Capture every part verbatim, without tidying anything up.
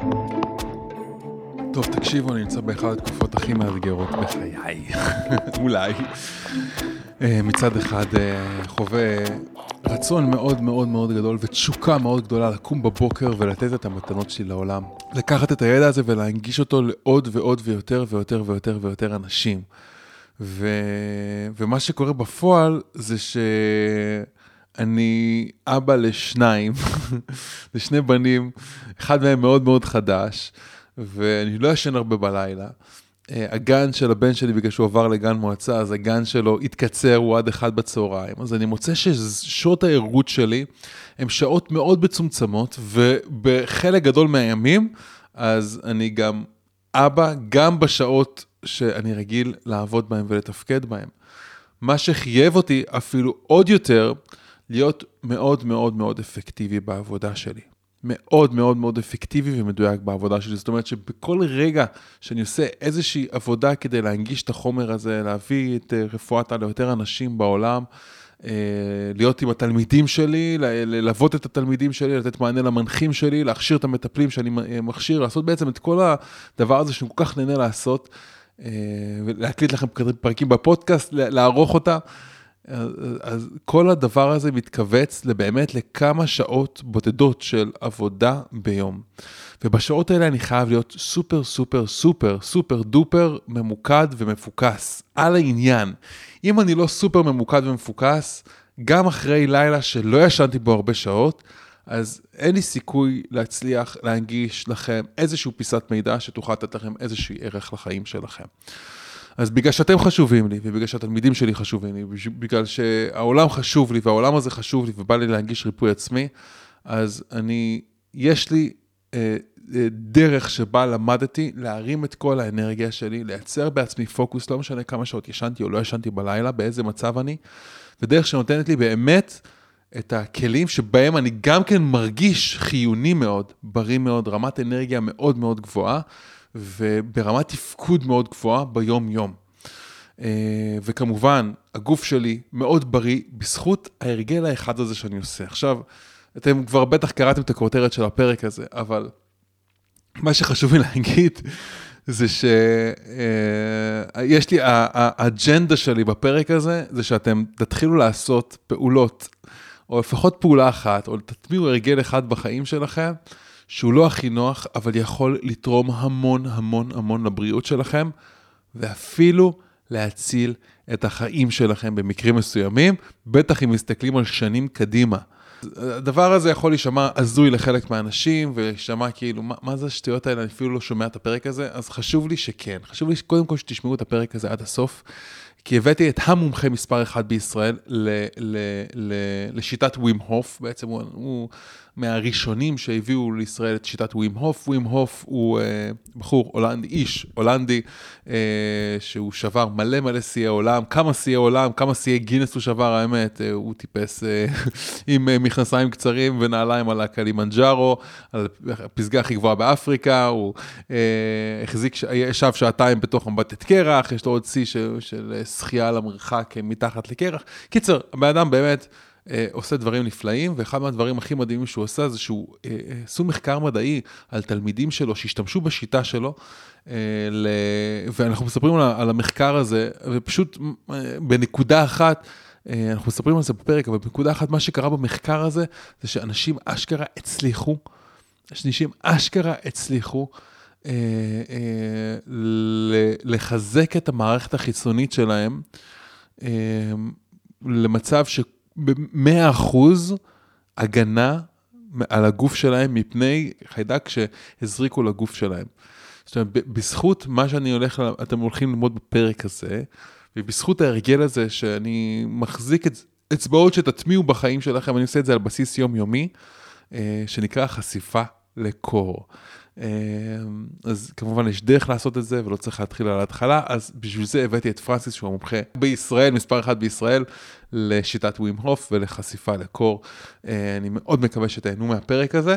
טוב, תקשיבו, אני נמצא באחד התקופות הכי מאתגרות בחיי. אולי. מצד אחד חווה רצון מאוד מאוד מאוד גדול ותשוקה מאוד גדולה לקום בבוקר ולתת את המתנות שלי לעולם. לקחת את הידע הזה ולהנגיש אותו לעוד ועוד ויותר ויותר ויותר ויותר אנשים. ו... ומה שקורה בפועל זה שאני אבא לשניים, לשני בנים, אחד מהם מאוד מאוד חדש, ואני לא ישן הרבה בלילה. הגן של הבן שלי, בגלל שהוא עבר לגן מועצה, אז הגן שלו התקצר, הוא עד אחד בצהריים. אז אני מוצא ששעות העירות שלי הן שעות מאוד מצומצמות, ובחלק גדול מהימים, אז אני גם אבא, גם בשעות שאני רגיל לעבוד בהם ולתפקד בהם. מה שחייב אותי אפילו עוד יותר, להיות מאוד מאוד מאוד אפקטיבי בעבודה שלי. מאוד מאוד מאוד אפקטיבי ומדויק בעבודה שלי. זאת אומרת שבכל רגע שאני עושה איזושהי עבודה כדי להנגיש את החומר הזה, להביא את רפואתה ליותר אנשים בעולם, להיות עם התלמידים שלי, ללוות את התלמידים שלי, לתת מענה למנחים שלי, להכשיר את המטפלים שאני מכשיר, לעשות בעצם את כל הדבר הזה שאני כל כך נהנה לעשות, ולהקליט לכם פרקים בפודקאסט, לערוך אותה. אז, אז כל הדבר הזה מתכווץ לבאמת לכמה שעות בודדות של עבודה ביום. ובשעות האלה אני חייב להיות סופר סופר סופר סופר דופר ממוקד ומפוקס על העניין. אם אני לא סופר ממוקד ומפוקס, גם אחרי לילה שלא ישנתי בו הרבה שעות, אז אין לי סיכוי להצליח להנגיש לכם איזשהו פיסת מידע שתוכל לתת לכם איזשהו ערך לחיים שלכם. אז בגלל שאתם חשובים לי, ובגלל שהתלמידים שלי חשובים לי, בגלל שהעולם חשוב לי, והעולם הזה חשוב לי, ובא לי להנגיש ריפוי עצמי, אז אני, יש לי אה, אה, דרך שבה למדתי להרים את כל האנרגיה שלי, לייצר בעצמי פוקוס, לא משנה כמה שעות ישנתי או לא ישנתי בלילה, באיזה מצב אני, ודרך שנותנת לי באמת את הכלים שבהם אני גם כן מרגיש חיוני מאוד, בריא מאוד, רמת אנרגיה מאוד מאוד גבוהה, וברמת תפקוד מאוד גבוהה ביום יום. וכמובן, הגוף שלי מאוד בריא בזכות ההרגל האחד הזה שאני עושה. עכשיו, אתם כבר בטח קראתם את הכותרת של הפרק הזה, אבל מה שחשוב לי להגיד זה שיש לי, האג'נדה שלי בפרק הזה, זה שאתם תתחילו לעשות פעולות, או לפחות פעולה אחת, או תטמיעו הרגל אחד בחיים שלכם, שהוא לא הכי נוח, אבל יכול לתרום המון המון המון לבריאות שלכם, ואפילו להציל את החיים שלכם במקרים מסוימים, בטח אם מסתכלים על שנים קדימה. הדבר הזה יכול להישמע הזוי לחלק מהאנשים, ולהישמע כאילו, מה, מה זה השטויות האלה? אני אפילו לא שומע את הפרק הזה, אז חשוב לי שכן. חשוב לי קודם כל שתשמעו את הפרק הזה עד הסוף, כי הבאתי את המומחה מספר אחד בישראל ל, ל, ל, לשיטת ווים הוף, בעצם הוא, הוא מהראשונים שהביאו לישראל את שיטת ווים הוף. ווים הוף הוא אה, בחור הולנדי, איש הולנדי, אה, שהוא שבר מלא מלא שיאי עולם, כמה שיאי עולם, כמה שיאי גינס הוא שבר, האמת, אה, הוא טיפס אה, עם אה, מכנסיים קצרים ונעליים על הקלימנג'ארו, על הפסגה הכי גבוהה באפריקה, הוא אה, החזיק, ישב שעתיים בתוך אמבטת קרח, יש לו עוד שיא של, של שחייה על המרחק מתחת לקרח. קיצר, הבן אדם באמת אה, עושה דברים נפלאים, ואחד מהדברים הכי מדהימים שהוא עושה, זה שהוא אה, עשו מחקר מדעי על תלמידים שלו, שהשתמשו בשיטה שלו, אה, ל... ואנחנו מספרים על, על המחקר הזה, ופשוט אה, בנקודה אחת, אה, אנחנו מספרים על זה בפרק, אבל בנקודה אחת, מה שקרה במחקר הזה, זה שאנשים אשכרה הצליחו, אנשים אשכרה הצליחו, אה, אה, לחזק את המערכת החיצונית שלהם, אה, למצב ב-מאה אחוז הגנה על הגוף שלהם מפני חיידק שהזריקו לגוף שלהם. זאת אומרת, בזכות מה שאני הולך, אתם הולכים ללמוד בפרק הזה, ובזכות ההרגל הזה שאני מחזיק את אצבעות שתטמיעו בחיים שלכם, אני עושה את זה על בסיס יומיומי, שנקרא חשיפה לקור. אז כמובן יש דרך לעשות את זה, ולא צריך להתחיל על ההתחלה, אז בשביל זה הבאתי את פרנסיס, שהוא המומחה בישראל, מספר אחד בישראל, לשיטת ווים הוף ולחשיפה לקור. אני מאוד מקווה שתהנו מהפרק הזה.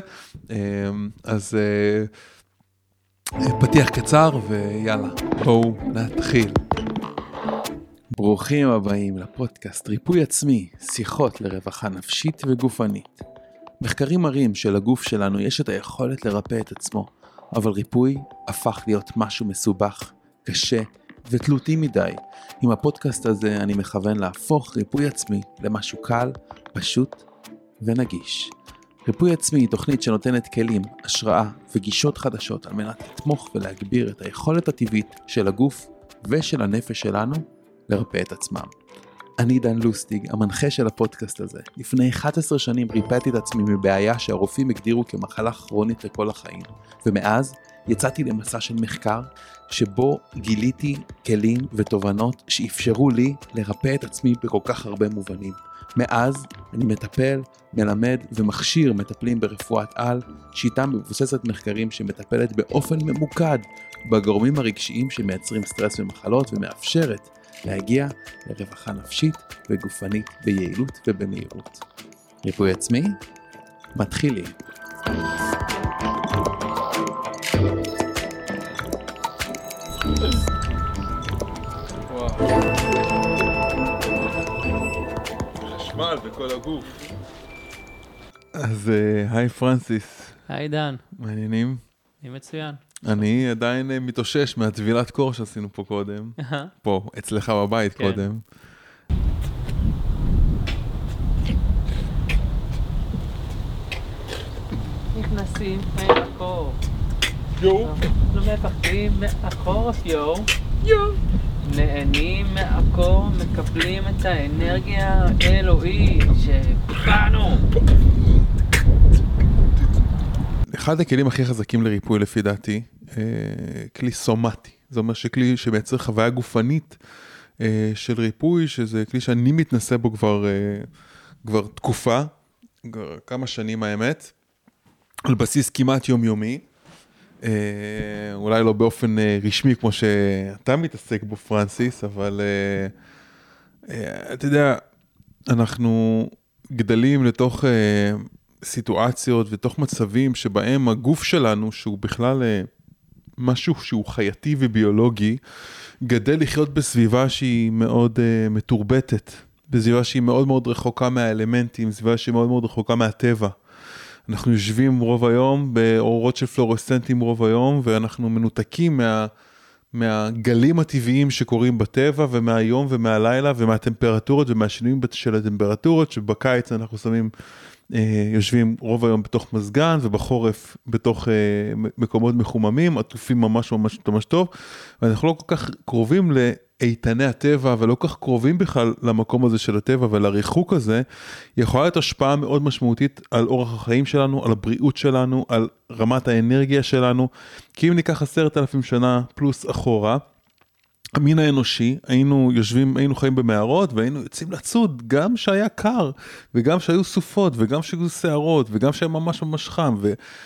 אז פתיח קצר, ויאללה, בואו נתחיל. ברוכים הבאים לפודקאסט ריפוי עצמי, שיחות לרווחה נפשית וגופנית. מחקרים מראים שלגוף שלנו יש את היכולת לרפא את עצמו, אבל ריפוי הפך להיות משהו מסובך, קשה ותלותי מדי. עם הפודקאסט הזה אני מכוון להפוך ריפוי עצמי למשהו קל, פשוט ונגיש. ריפוי עצמי היא תוכנית שנותנת כלים, השראה וגישות חדשות על מנת לתמוך ולהגביר את היכולת הטבעית של הגוף ושל הנפש שלנו לרפא את עצמם. אני דן לוסטיג, המנחה של הפודקאסט הזה. לפני אחת עשרה שנים ריפאתי את עצמי מבעיה שהרופאים הגדירו כמחלה כרונית לכל החיים. ומאז יצאתי למסע של מחקר שבו גיליתי כלים ותובנות שאפשרו לי לרפא את עצמי בכל כך הרבה מובנים. מאז אני מטפל, מלמד ומכשיר מטפלים ברפואת על, שיטה מבוססת מחקרים שמטפלת באופן ממוקד בגורמים הרגשיים שמייצרים סטרס ומחלות ומאפשרת להגיע לרווחה נפשית וגופנית ביעילות ובמהירות. ריפוי עצמי? מתחילים. חשמל בכל הגוף. אז היי פרנסיס. היי דן. מעניינים? אני מצוין. אני עדיין מתאושש מהטבילת קור שעשינו פה קודם. פה, אצלך בבית קודם. נכנסים מהקור. יו. לא מפחדים מהקור, יו. יו. נהנים מהקור, מקבלים את האנרגיה האלוהית שבאנו. אחד הכלים הכי חזקים לריפוי לפי דעתי, כלי סומטי. זה אומר שכלי שמייצר חוויה גופנית של ריפוי, שזה כלי שאני מתנסה בו כבר, כבר תקופה, כבר כמה שנים האמת, על בסיס כמעט יומיומי, אולי לא באופן רשמי כמו שאתה מתעסק בו פרנסיס, אבל אתה יודע, אנחנו גדלים לתוך סיטואציות ותוך מצבים שבהם הגוף שלנו, שהוא בכלל משהו שהוא חייתי וביולוגי, גדל לחיות בסביבה שהיא מאוד uh, מתורבתת, בסביבה שהיא מאוד מאוד רחוקה מהאלמנטים, בסביבה שהיא מאוד מאוד רחוקה מהטבע. אנחנו יושבים רוב היום באורות של פלורסנטים רוב היום, ואנחנו מנותקים מה, מהגלים הטבעיים שקורים בטבע, ומהיום ומהלילה, ומהטמפרטורות ומהשינויים של הטמפרטורות, שבקיץ אנחנו שמים יושבים רוב היום בתוך מזגן, ובחורף בתוך מקומות מחוממים, עטופים ממש ממש ממש טוב, ואנחנו לא כל כך קרובים לאיתני הטבע, ולא כל כך קרובים בכלל למקום הזה של הטבע, ולריחוק הזה, יכולה להיות השפעה מאוד משמעותית על אורח החיים שלנו, על הבריאות שלנו, על רמת האנרגיה שלנו, כי אם ניקח עשרת אלפים שנה פלוס אחורה, המין האנושי, היינו יושבים, היינו חיים במערות, והיינו יוצאים לצוד, גם שהיה קר, וגם שהיו סופות, וגם שהיו שערות, וגם שהיה ממש ממש חם,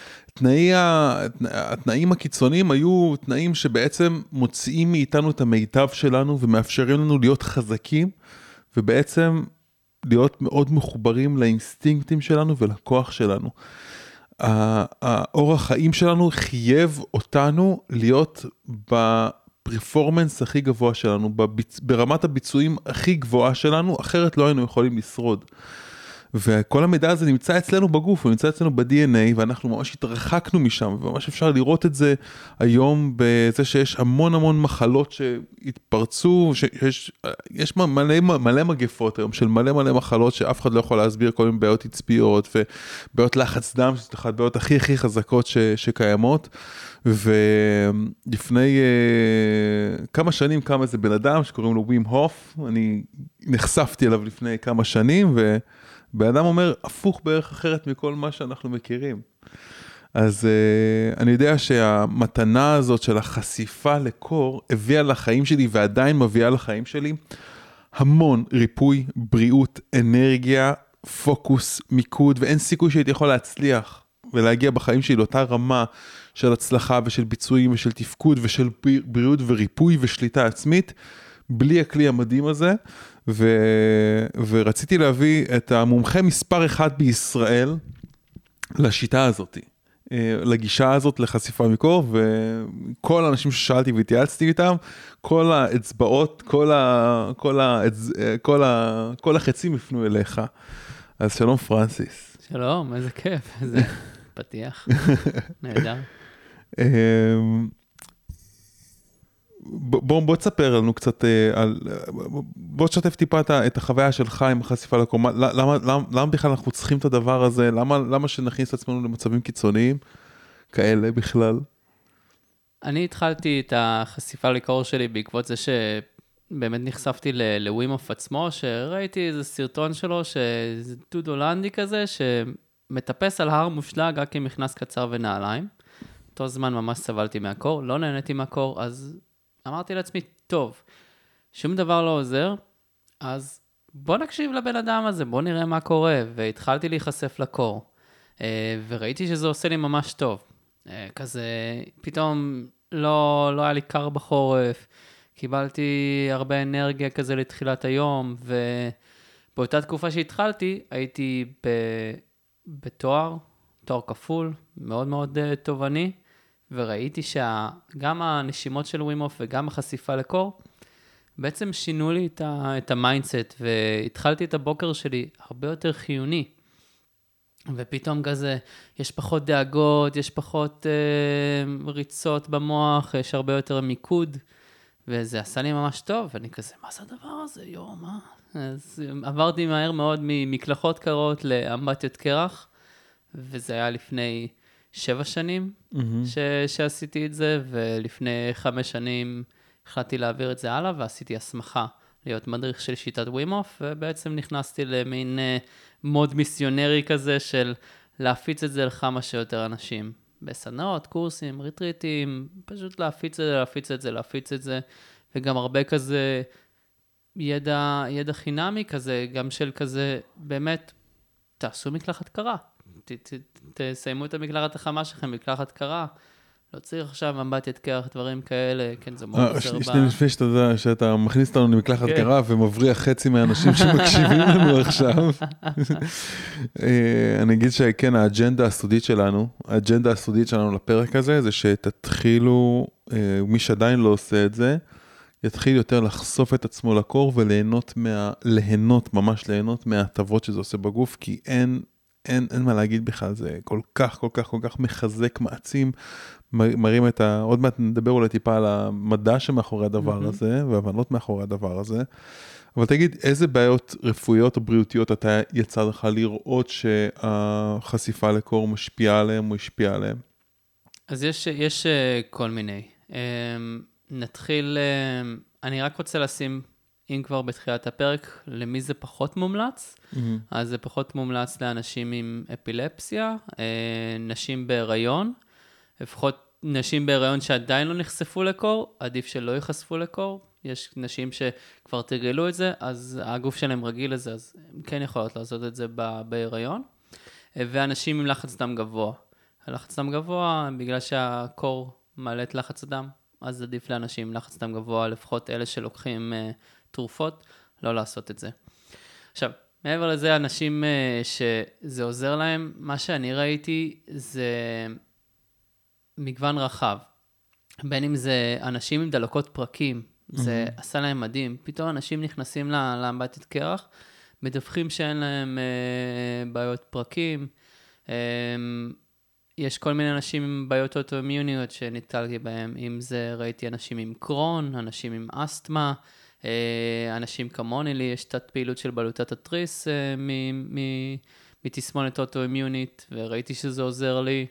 והתנאים הקיצוניים היו תנאים שבעצם מוציאים מאיתנו את המיטב שלנו, ומאפשרים לנו להיות חזקים, ובעצם להיות מאוד מחוברים לאינסטינקטים שלנו ולכוח שלנו. האורח חיים שלנו חייב אותנו להיות ב... פרפורמנס הכי גבוה שלנו, בביצ... ברמת הביצועים הכי גבוהה שלנו, אחרת לא היינו יכולים לשרוד. וכל המידע הזה נמצא אצלנו בגוף, הוא נמצא אצלנו ב-די אן איי, ואנחנו ממש התרחקנו משם, וממש אפשר לראות את זה היום, בזה שיש המון המון מחלות שהתפרצו, שיש יש מלא, מלא מגפות היום, של מלא מלא מחלות, שאף אחד לא יכול להסביר, כל מיני בעיות עצביות, ובעיות לחץ דם, שזה אחת הבעיות הכי הכי חזקות ש... שקיימות, ולפני uh, כמה שנים קם איזה בן אדם שקוראים לו ווים הוף, אני נחשפתי אליו לפני כמה שנים, ובן אדם אומר הפוך בערך אחרת מכל מה שאנחנו מכירים. אז uh, אני יודע שהמתנה הזאת של החשיפה לקור הביאה לחיים שלי ועדיין מביאה לחיים שלי המון ריפוי, בריאות, אנרגיה, פוקוס, מיקוד, ואין סיכוי שהייתי יכול להצליח ולהגיע בחיים שלי לאותה רמה של הצלחה ושל ביצועים ושל תפקוד ושל בריאות וריפוי ושליטה עצמית, בלי הכלי המדהים הזה, ו... ורציתי להביא את המומחה מספר אחד בישראל לשיטה הזאת, לגישה הזאת לחשיפה מקור, וכל האנשים ששאלתי והתייעצתי איתם, כל האצבעות, כל, ה... כל, ה... כל, ה... כל החצים יפנו אליך. אז שלום פרנסיס. שלום, איזה כיף, איזה פתיח, נהדר. בוא, בוא תספר לנו קצת על, בוא תשתף טיפה את החוויה שלך עם החשיפה לקור, למה, למה, למה בכלל אנחנו צריכים את הדבר הזה, למה, למה שנכניס את עצמנו למצבים קיצוניים כאלה בכלל? אני התחלתי את החשיפה לקור שלי בעקבות זה שבאמת נחשפתי לווימוף עצמו, שראיתי איזה סרטון שלו, שזה דוד הולנדי כזה, שמטפס על הר מושלג רק עם מכנס קצר ונעליים. אותו זמן ממש סבלתי מהקור, לא נהניתי מהקור, אז אמרתי לעצמי, טוב, שום דבר לא עוזר, אז בוא נקשיב לבן אדם הזה, בוא נראה מה קורה, והתחלתי להיחשף לקור, וראיתי שזה עושה לי ממש טוב. כזה, פתאום לא, לא היה לי קר בחורף, קיבלתי הרבה אנרגיה כזה לתחילת היום, ובאותה תקופה שהתחלתי, הייתי ב, בתואר, תואר כפול, מאוד מאוד תובעני, וראיתי שגם הנשימות של ווימוף וגם החשיפה לקור, בעצם שינו לי את, ה, את המיינדסט, והתחלתי את הבוקר שלי הרבה יותר חיוני. ופתאום כזה, יש פחות דאגות, יש פחות אה, ריצות במוח, יש הרבה יותר מיקוד, וזה עשה לי ממש טוב, ואני כזה, מה זה הדבר הזה, יו, מה? אז עברתי מהר מאוד ממקלחות קרות לאמבטיות קרח, וזה היה לפני שבע שנים mm-hmm. ש- שעשיתי את זה, ולפני חמש שנים החלטתי להעביר את זה הלאה, ועשיתי הסמכה להיות מדריך של שיטת ווימוף, ובעצם נכנסתי למין מוד מיסיונרי כזה של להפיץ את זה לכמה שיותר אנשים. בסדנאות, קורסים, ריטריטים, פשוט להפיץ את זה, להפיץ את זה, להפיץ את זה, וגם הרבה כזה ידע, ידע חינמי כזה, גם של כזה, באמת, תעשו מקלחת קרה. ת, ת, תסיימו את המקלחת החמה שלכם, מקלחת קרה. לא צריך עכשיו אמבטיית קרח, דברים כאלה, כן, זה מאוד עוזר בה. שני לפני שאתה יודע, שאתה מכניס אותנו למקלחת קרה, ומבריח חצי מהאנשים שמקשיבים לנו עכשיו. אני אגיד שכן, האג'נדה הסודית שלנו, האג'נדה הסודית שלנו לפרק הזה, זה שתתחילו, מי שעדיין לא עושה את זה, יתחיל יותר לחשוף את עצמו לקור, וליהנות מה, ליהנות, ממש ליהנות מההטבות שזה עושה בגוף, כי אין, אין, אין מה להגיד בכלל, זה כל כך, כל כך, כל כך מחזק, מעצים, מראים את ה... עוד מעט נדבר אולי טיפה על המדע שמאחורי הדבר mm-hmm. הזה, והבנות מאחורי הדבר הזה, אבל תגיד, איזה בעיות רפואיות או בריאותיות אתה יצא לך לראות שהחשיפה לקור משפיעה עליהם או השפיעה עליהם? אז יש, יש כל מיני. נתחיל, אני רק רוצה לשים, אם כבר בתחילת הפרק, למי זה פחות מומלץ, mm-hmm. אז זה פחות מומלץ לאנשים עם אפילפסיה, נשים בהיריון, לפחות נשים בהיריון שעדיין לא נחשפו לקור, עדיף שלא ייחשפו לקור, יש נשים שכבר תרגלו את זה, אז הגוף שלהם רגיל לזה, אז הם כן יכולות לעשות את זה בהיריון, ואנשים עם לחץ דם גבוה. הלחץ דם גבוה, בגלל שהקור מעלה את לחץ הדם, אז עדיף לאנשים עם לחץ דם גבוה, לפחות אלה שלוקחים uh, תרופות, לא לעשות את זה. עכשיו, מעבר לזה, אנשים uh, שזה עוזר להם, מה שאני ראיתי זה מגוון רחב. בין אם זה אנשים עם דלקות פרקים, זה mm-hmm. עשה להם מדהים. פתאום אנשים נכנסים לאמבטיית קרח, מדווחים שאין להם uh, בעיות פרקים, um, יש כל מיני אנשים עם בעיות אוטואימיוניות שנתקלתי בהם, אם זה ראיתי אנשים עם קרון, אנשים עם אסתמה, אנשים כמוני, לי יש תת פעילות של בלוטת התריס מתסמונת אוטואימיונית, וראיתי שזה עוזר לי.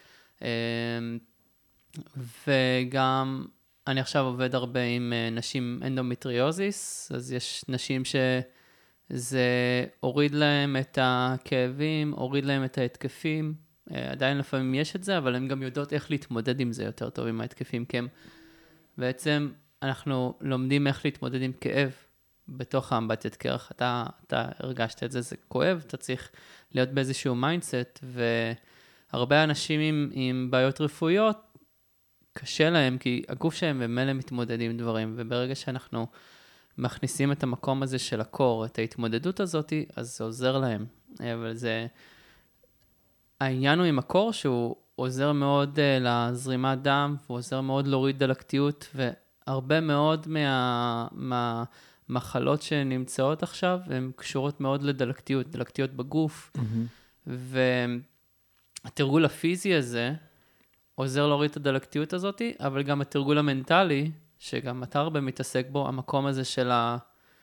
וגם אני עכשיו עובד הרבה עם נשים אנדומטריוזיס, אז יש נשים שזה הוריד להם את הכאבים, הוריד להם את ההתקפים, עדיין לפעמים יש את זה, אבל הן גם יודעות איך להתמודד עם זה יותר טוב עם ההתקפים, כי הם בעצם אנחנו לומדים איך להתמודד עם כאב בתוך האמבטיית קרח. אתה, אתה הרגשת את זה, זה כואב, אתה צריך להיות באיזשהו מיינדסט, והרבה אנשים עם, עם בעיות רפואיות, קשה להם, כי הגוף שלהם במילא מתמודד עם דברים, וברגע שאנחנו מכניסים את המקום הזה של הקור, את ההתמודדות הזאת, אז זה עוזר להם. אבל זה... העניין הוא עם הקור שהוא עוזר מאוד uh, לזרימת דם, הוא עוזר מאוד להוריד דלקתיות, והרבה מאוד מה, מהמחלות שנמצאות עכשיו, הן קשורות מאוד לדלקתיות, דלקתיות בגוף, mm-hmm. והתרגול הפיזי הזה, עוזר להוריד את הדלקתיות הזאת, אבל גם התרגול המנטלי, שגם אתה הרבה מתעסק בו, המקום הזה של, ה...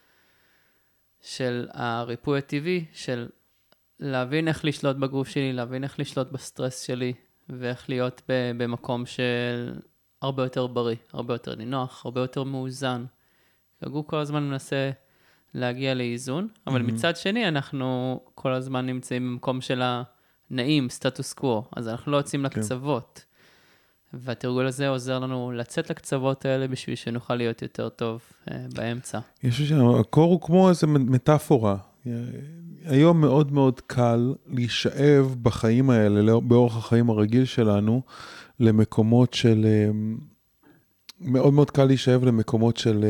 של הריפוי הטבעי, של להבין איך לשלוט בגוף שלי, להבין איך לשלוט בסטרס שלי, ואיך להיות במקום של הרבה יותר בריא, הרבה יותר נינוח, הרבה יותר מאוזן. הגוף כל הזמן מנסה להגיע לאיזון, אבל mm-hmm. מצד שני אנחנו כל הזמן נמצאים במקום של הנעים, סטטוס קוו, אז אנחנו לא יוצאים okay. לקצוות. והתרגול הזה עוזר לנו לצאת לקצוות האלה בשביל שנוכל להיות יותר טוב uh, באמצע. יש שהקור הוא כמו איזו מטאפורה. היום מאוד מאוד קל להישאב בחיים האלה, באורח החיים הרגיל שלנו, למקומות של... מאוד מאוד קל להישאב למקומות של...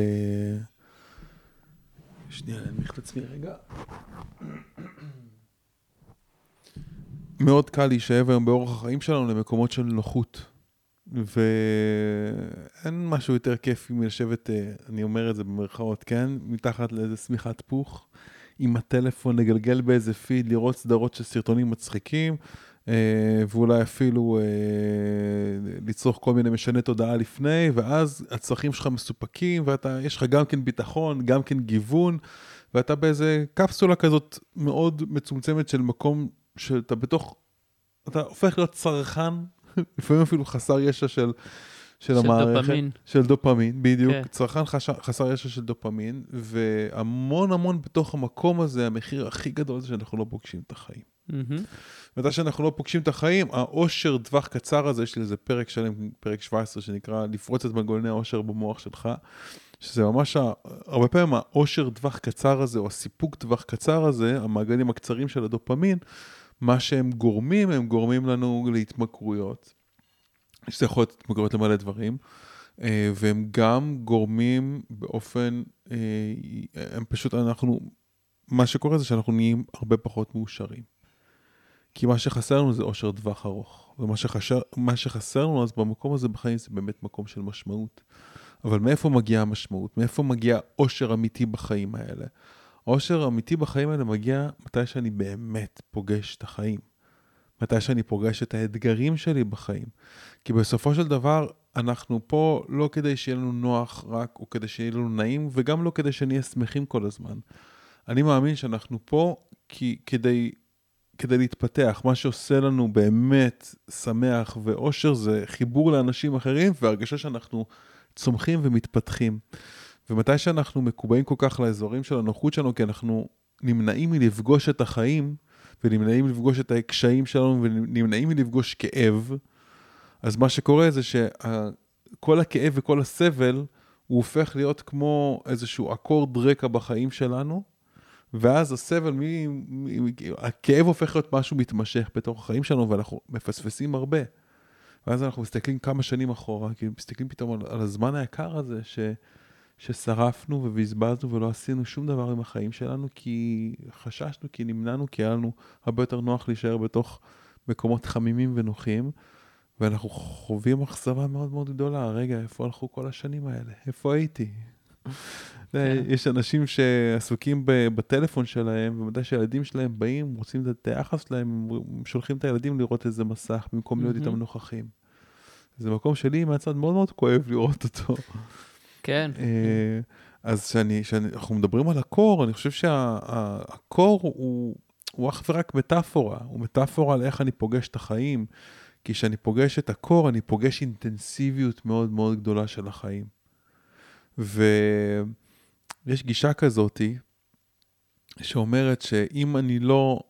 שנייה, אני אנמיך את עצמי רגע. מאוד קל להישאב היום באורח החיים שלנו למקומות של נוחות. ואין משהו יותר כיף אם לשבת, אני אומר את זה במרכאות, כן? מתחת לאיזה סמיכת פוך, עם הטלפון, לגלגל באיזה פיד, לראות סדרות של סרטונים מצחיקים, ואולי אפילו לצרוך כל מיני משנה תודעה לפני, ואז הצרכים שלך מסופקים, ויש לך גם כן ביטחון, גם כן גיוון, ואתה באיזה קפסולה כזאת מאוד מצומצמת של מקום שאתה בתוך, אתה הופך להיות צרכן, לפעמים אפילו חסר ישע של, של, של המערכת. דופמין. של דופמין, בדיוק. Okay. צרכן חסר, חסר ישע של דופמין, והמון המון בתוך המקום הזה, המחיר הכי גדול זה שאנחנו לא פוגשים את החיים. Mm-hmm. ואתה שאנחנו לא פוגשים את החיים, האושר טווח קצר הזה, יש לי איזה פרק שלם, פרק שבע עשרה, שנקרא לפרוץ את מנגנוני האושר במוח שלך, שזה ממש, הרבה פעמים האושר טווח קצר הזה, או הסיפוק טווח קצר הזה, המעגלים הקצרים של הדופמין, מה שהם גורמים, הם גורמים לנו להתמכרויות, שזה יכול להיות התמכרויות למלא דברים, והם גם גורמים באופן, הם פשוט, אנחנו, מה שקורה זה שאנחנו נהיים הרבה פחות מאושרים. כי מה שחסר לנו זה אושר טווח ארוך, ומה שחסר, מה שחסר לנו אז במקום הזה בחיים זה באמת מקום של משמעות. אבל מאיפה מגיעה המשמעות? מאיפה מגיע אושר אמיתי בחיים האלה? האושר אמיתי בחיים האלה מגיע מתי שאני באמת פוגש את החיים. מתי שאני פוגש את האתגרים שלי בחיים. כי בסופו של דבר אנחנו פה לא כדי שיהיה לנו נוח רק, או כדי שיהיה לנו נעים, וגם לא כדי שנהיה שמחים כל הזמן. אני מאמין שאנחנו פה כי, כדי, כדי להתפתח. מה שעושה לנו באמת שמח ואושר זה חיבור לאנשים אחרים, והרגשה שאנחנו צומחים ומתפתחים. ומתי שאנחנו מקובעים כל כך לאזורים של הנוחות שלנו, כי אנחנו נמנעים מלפגוש את החיים, ונמנעים מלפגוש את הקשיים שלנו, ונמנעים מלפגוש כאב, אז מה שקורה זה שכל הכאב וכל הסבל, הוא הופך להיות כמו איזשהו אקורד רקע בחיים שלנו, ואז הסבל, מי, מי, הכאב הופך להיות משהו מתמשך בתוך החיים שלנו, ואנחנו מפספסים הרבה. ואז אנחנו מסתכלים כמה שנים אחורה, כי מסתכלים פתאום על, על הזמן היקר הזה, ש... ששרפנו ובזבזנו ולא עשינו שום דבר עם החיים שלנו, כי חששנו, כי נמנענו, כי היה לנו הרבה יותר נוח להישאר בתוך מקומות חמימים ונוחים, ואנחנו חווים אכזבה מאוד מאוד גדולה. רגע, איפה הלכו כל השנים האלה? איפה הייתי? יש אנשים שעסוקים בטלפון שלהם, ומדי שהילדים שלהם באים, רוצים את היחס שלהם, הם שולחים את הילדים לראות איזה מסך, במקום להיות איתם נוכחים. זה מקום שלי מהצד מאוד מאוד כואב לראות אותו. כן. אז כשאנחנו מדברים על הקור, אני חושב שהקור הוא אך ורק מטאפורה, הוא מטאפורה על איך אני פוגש את החיים, כי כשאני פוגש את הקור, אני פוגש אינטנסיביות מאוד מאוד גדולה של החיים. ויש גישה כזאת, שאומרת שאם אני לא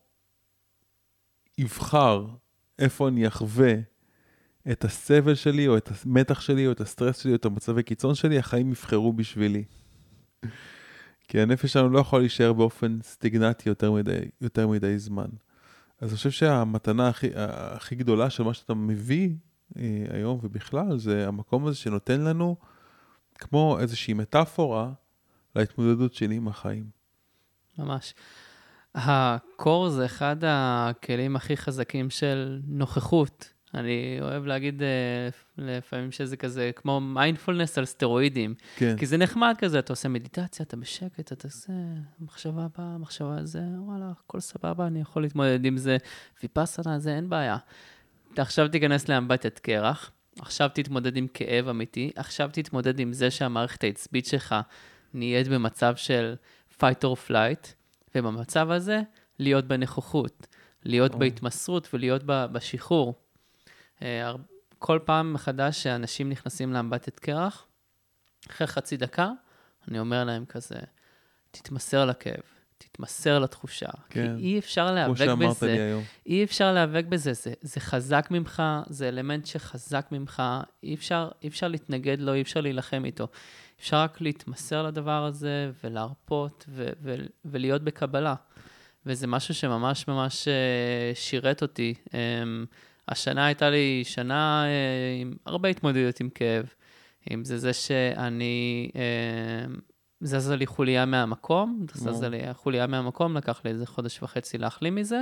אבחר איפה אני אחווה את הסבל שלי, או את המתח שלי, או את הסטרס שלי, או את המצבי קיצון שלי, החיים יבחרו בשבילי. כי הנפש שלנו לא יכול להישאר באופן סטיגנטי יותר מדי, יותר מדי זמן. אז אני חושב שהמתנה הכי, הכי גדולה של מה שאתה מביא אה, היום ובכלל, זה המקום הזה שנותן לנו כמו איזושהי מטאפורה להתמודדות שלי עם החיים. ממש. הקור זה אחד הכלים הכי חזקים של נוכחות. אני אוהב להגיד לפעמים שזה כזה כמו מיינדפולנס על סטרואידים. כן. כי זה נחמד כזה, אתה עושה מדיטציה, אתה בשקט, אתה עושה מחשבה הבאה, מחשבה על זה, וואלה, הכל סבבה, אני יכול להתמודד עם זה, ויפאסנה, זה אין בעיה. עכשיו תיכנס לאמבטיית קרח, עכשיו תתמודד עם כאב אמיתי, עכשיו תתמודד עם זה שהמערכת העצבית שלך נהיית במצב של fight or flight, ובמצב הזה להיות בנוכחות, להיות בהתמסרות ולהיות בשחרור. כל פעם מחדש שאנשים נכנסים לאמבטיית קרח, אחרי חצי דקה, אני אומר להם כזה, תתמסר לכאב, תתמסר לתחושה, כן. כי אי אפשר להיאבק בזה, אי אפשר להיאבק בזה, זה, זה חזק ממך, זה אלמנט שחזק ממך, אי אפשר, אי אפשר להתנגד לו, אי אפשר להילחם איתו, אפשר רק להתמסר לדבר הזה, ולהרפות, ו- ו- ולהיות בקבלה, וזה משהו שממש ממש שירת אותי. השנה הייתה לי שנה עם הרבה התמודדות עם כאב, אם זה זה שאני, זזה לי חוליה מהמקום, זזה לי חוליה מהמקום, לקח לי איזה חודש וחצי להחלים מזה,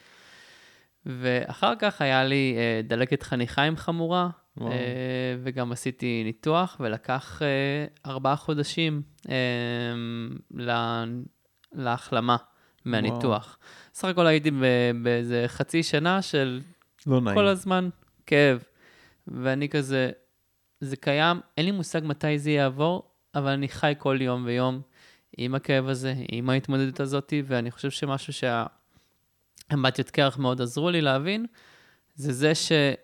ואחר כך היה לי דלקת חניכיים חמורה, וגם עשיתי ניתוח, ולקח ארבעה חודשים להחלמה מהניתוח. סך הכל הייתי באיזה חצי שנה של כל הזמן כאב, ואני כזה, זה קיים, אין לי מושג מתי זה יעבור, אבל אני חי כל יום ויום עם הכאב הזה, עם ההתמודדות הזאת, ואני חושב שמשהו שהאמבטיות קרח מאוד עזרו לי להבין, זה זה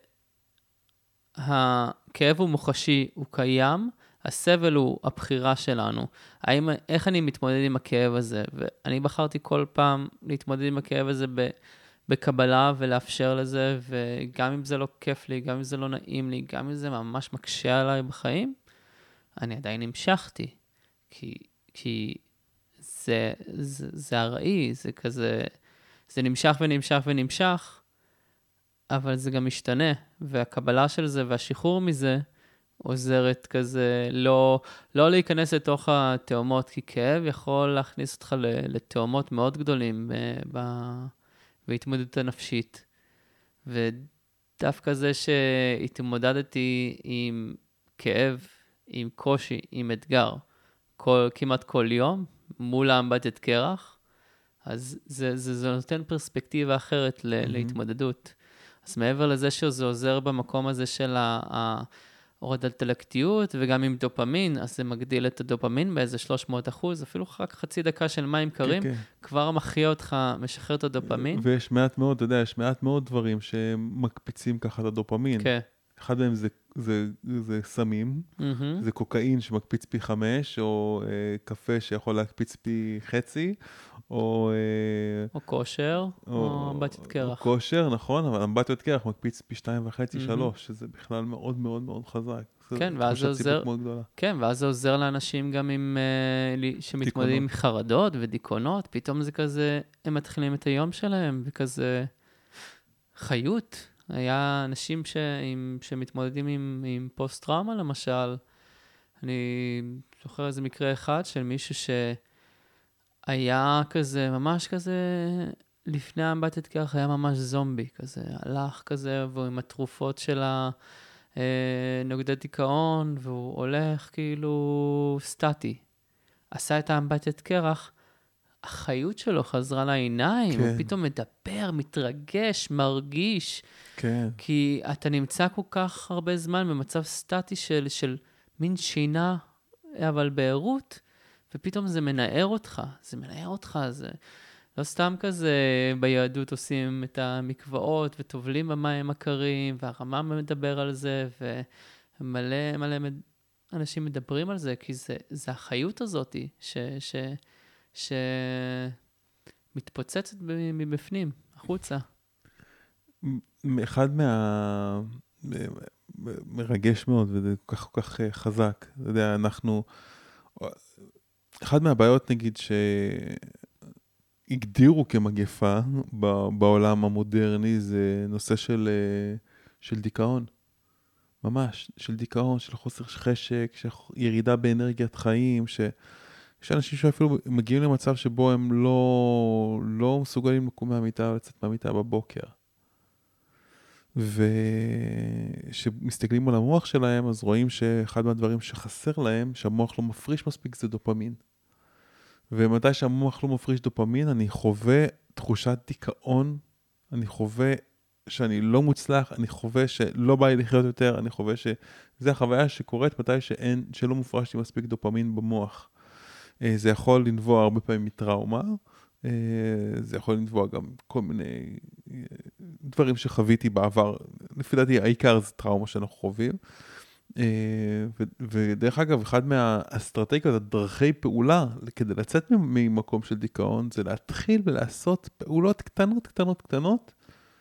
שהכאב הוא מוחשי, הוא קיים, הסבל הוא הבחירה שלנו. האם, איך אני מתמודד עם הכאב הזה? ואני בחרתי כל פעם להתמודד עם הכאב הזה ב... בקבלה ולאפשר לזה, וגם אם זה לא כיף לי, גם אם זה לא נעים לי, גם אם זה ממש מקשה עליי בחיים, אני עדיין המשכתי, כי, כי זה, זה, זה הראי, זה כזה, זה נמשך ונמשך ונמשך, אבל זה גם משתנה, והקבלה של זה והשחרור מזה, עוזרת כזה, לא, לא להיכנס לתוך התאומות, כי כאב יכול להכניס אותך לתאומות מאוד גדולים ב... והתמודדות הנפשית, ודווקא זה שהתמודדתי עם כאב, עם קושי, עם אתגר, כל, כמעט כל יום, מול האמבטיית קרח, אז זה, זה, זה נותן פרספקטיבה אחרת ל, mm-hmm. להתמודדות. אז מעבר לזה שזה עוזר במקום הזה של ההורדת דלקתיות, וגם עם דופמין, אז זה מגדיל את הדופמין באיזה שלוש מאות אחוז, אפילו רק חצי דקה של מים קרים, כן, כן. כבר מחיה אותך, משחרר את הדופמין. ויש מעט מאוד, אתה יודע, יש מעט מאוד דברים שמקפיצים ככה את הדופמין. כן. אחד מהם זה, זה, זה סמים, mm-hmm. זה קוקאין שמקפיץ פי חמש, או אה, קפה שיכול להקפיץ פי חצי, או... אה, או כושר, או, או אמבטיות קרח. או כושר, נכון, אבל אמבטיות קרח מקפיץ פי שתיים וחצי, mm-hmm. שלוש, שזה בכלל מאוד מאוד מאוד חזק. כן, ואז זה עוזר, כן, ואז זה עוזר לאנשים גם עם, uh, שמתמודדים עם חרדות ודיכאונות, פתאום זה כזה, הם מתחילים את היום שלהם, וכזה חיות. היה אנשים ש... עם... שמתמודדים עם... עם פוסט-טראומה, למשל. אני זוכר איזה מקרה אחד של מישהו שהיה כזה, ממש כזה, לפני האמבטיות קרח, היה ממש זומבי כזה, הלך כזה, והוא עם התרופות של הנוגדי דיכאון, והוא הולך כאילו סטטי. עשה את האמבטיות קרח, החיות שלו חזרה לעיניים, כן. הוא פתאום מדבר, מתרגש, מרגיש, כן. כי אתה נמצא כל כך הרבה זמן במצב סטטי של, של מין שינה, אבל בעירות, ופתאום זה מנער אותך, זה מנער אותך, זה לא סתם כזה ביהדות עושים את המקוואות, וטובלים במים הקרים, והרמב"ם מדבר על זה, ומלא מלא אנשים מדברים על זה, כי זה, זה החיות הזאת, ש... ש שמתפוצצת מבפנים, החוצה. אחד מה... מרגש מאוד, וזה כל כך, כל כך חזק. אתה יודע, אנחנו... אחד מהבעיות, נגיד, שהגדירו כמגפה בעולם המודרני, זה נושא של, של דיכאון. ממש, של דיכאון, של חוסר חשק, של ירידה באנרגיית חיים, ש... יש אנשים שאפילו מגיעים למצב שבו הם לא, לא מסוגלים לקום מהמיטה ולצאת מהמיטה בבוקר. וכשמסתכלים על המוח שלהם, אז רואים שאחד מהדברים שחסר להם, שהמוח לא מפריש מספיק, זה דופמין. ומתי שהמוח לא מפריש דופמין, אני חווה תחושת דיכאון, אני חווה שאני לא מוצלח, אני חווה שלא בא לי לחיות יותר, אני חווה שזה החוויה שקורית מתי שאין, שלא מופרש לי מספיק דופמין במוח. זה יכול לנבוע הרבה פעמים מטראומה, זה יכול לנבוע גם כל מיני דברים שחוויתי בעבר, לפי דעתי העיקר זה טראומה שאנחנו חווים, ודרך אגב, אחד מהאסטרטגיות, הדרכי פעולה, כדי לצאת ממקום של דיכאון, זה להתחיל ולעשות פעולות קטנות, קטנות, קטנות,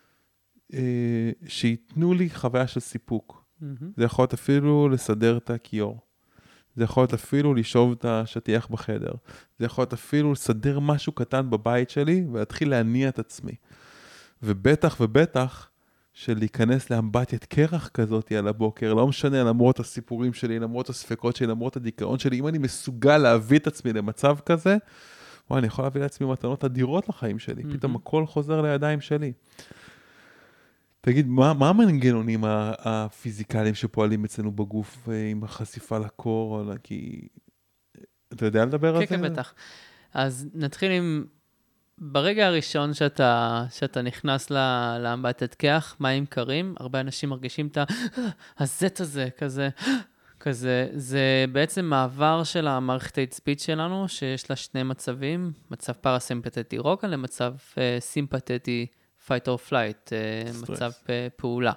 שיתנו לי חוויה של סיפוק. זה יכול להיות אפילו לסדר את הכיור. זה יכול להיות אפילו לשאוב את השטיח בחדר. זה יכול להיות אפילו לסדר משהו קטן בבית שלי, ולהתחיל להניע את עצמי. ובטח ובטח, של להיכנס לאמבטיית קרח כזאת על הבוקר, לא משנה, למרות הסיפורים שלי, למרות הספקות שלי, למרות הדיכאון שלי, אם אני מסוגל להביא את עצמי למצב כזה, וואי, אני יכול להביא לעצמי מתנות אדירות לחיים שלי, mm-hmm. פתאום הכל חוזר לידיים שלי. תגיד, מה, מה המנגנונים הפיזיקליים שפועלים אצלנו בגוף עם החשיפה לקור? או, כי... אתה יודע לדבר על זה? כן, כן, בטח. אז נתחיל עם... ברגע הראשון שאתה, שאתה נכנס לאמבטיית קרח, מים קרים, הרבה אנשים מרגישים את הזט הזה, כזה, כזה. זה בעצם מעבר של המערכת העצבית שלנו, שיש לה שני מצבים, מצב פרסימפתטי רוגע, למצב uh, סימפתטי fight or flight, uh, מצב uh, פעולה.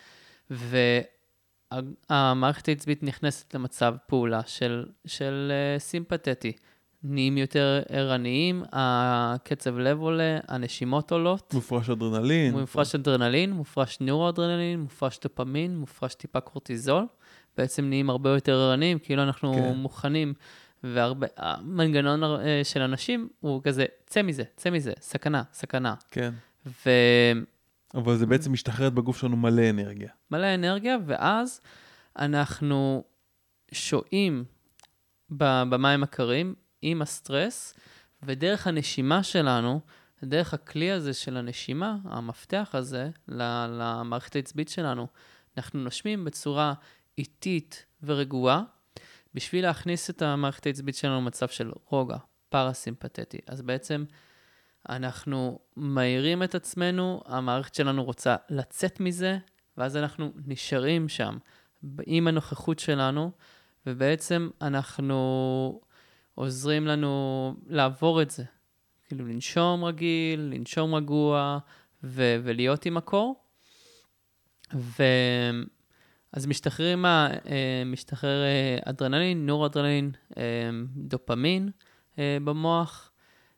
והמערכת העצבית נכנסת למצב פעולה של, של uh, סימפתטי. נהיים יותר ערניים, הקצב לב עולה, הנשימות עולות. מופרש אדרנלין. מופרש אדרנלין, מופרש נורו-אדרנלין, מופרש דופמין, מופרש טיפה קורטיזול. בעצם נהיים הרבה יותר ערניים, כאילו אנחנו כן. מוכנים. והמנגנון של אנשים הוא כזה, צא מזה, צא מזה, סכנה, סכנה. כן. ו... אבל זה בעצם משתחררת בגוף שלנו מלא אנרגיה. מלא אנרגיה, ואז אנחנו שועים במים הקרים, עם הסטרס, ודרך הנשימה שלנו, דרך הכלי הזה של הנשימה, המפתח הזה, למערכת העצבית שלנו, אנחנו נושמים בצורה איטית ורגועה, בשביל להכניס את המערכת העצבית שלנו למצב של רוגע, פרסימפתטי. אז בעצם אנחנו מהירים את עצמנו, המערכת שלנו רוצה לצאת מזה, ואז אנחנו נשארים שם, עם הנוכחות שלנו, ובעצם אנחנו... עוזרים לנו לעבור את זה. כאילו לנשום רגיל, לנשום רגוע, ו- ולהיות עם הקור. ו... אז משתחררים, משתחרר אדרנלין, נור-אדרנלין, דופמין במוח.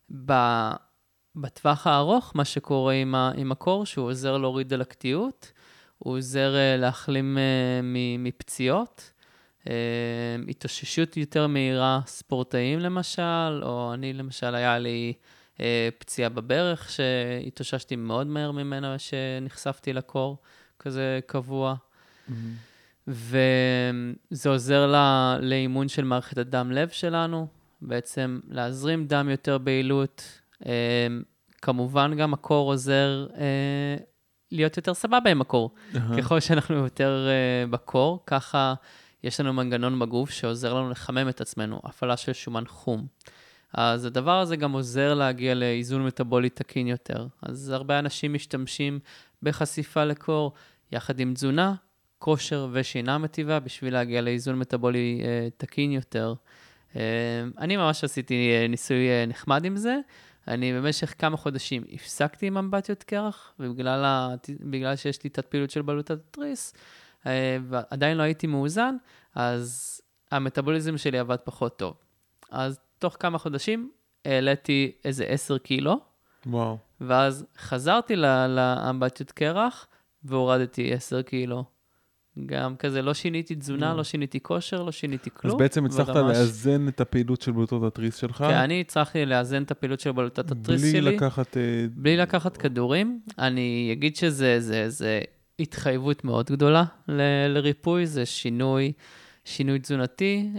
בטווח הארוך, מה שקורה עם, ה- עם הקור, שהוא עוזר להוריד דלקתיות, הוא עוזר להחלים מפציעות, התאוששות יותר מהירה, ספורטאים למשל, או אני למשל היה לי פציעה בברך, שהתאוששתי מאוד מהר ממנה, שנחשפתי לקור, כזה קבוע. Mm-hmm. וזה עוזר לה, לאימון של מערכת הדם לב שלנו, בעצם להזרים דם יותר בעילות. כמובן גם הקור עוזר להיות יותר סבבה עם הקור. Uh-huh. ככל שאנחנו יותר בקור, ככה... יש לנו מנגנון בגוף שעוזר לנו לחמם את עצמנו, הפעלה של שומן חום. אז הדבר הזה גם עוזר להגיע לאיזון מטאבולי תקין יותר. אז הרבה אנשים משתמשים בחשיפה לקור, יחד עם תזונה, כושר ושינה מטיבה, בשביל להגיע לאיזון מטאבולי אה, תקין יותר. אה, אני ממש עשיתי אה, ניסוי אה, נחמד עם זה. אני במשך כמה חודשים הפסקתי עם אמבטיות קרח, ובגלל ה... בגלל שיש לי תת פעילות של בלוטת התריס, ועדיין לא הייתי מאוזן, אז המטאבוליזם שלי עבד פחות טוב. אז תוך כמה חודשים העליתי איזה עשר קילו, וואו. ואז חזרתי לאמבטיות קרח, והורדתי עשר קילו. גם כזה, לא שיניתי תזונה, לא שיניתי כושר, לא שיניתי כלום. אז בעצם הצלחת לאזן את הפעילות של בלוטות התריס שלך? כן, אני הצלחתי לאזן את הפעילות של בלוטות התריס שלי. בלי לקחת... בלי לקחת כדורים. אני אגיד שזה... זה, זה, התחייבות מאוד גדולה ל- לריפוי, זה שינוי, שינוי תזונתי,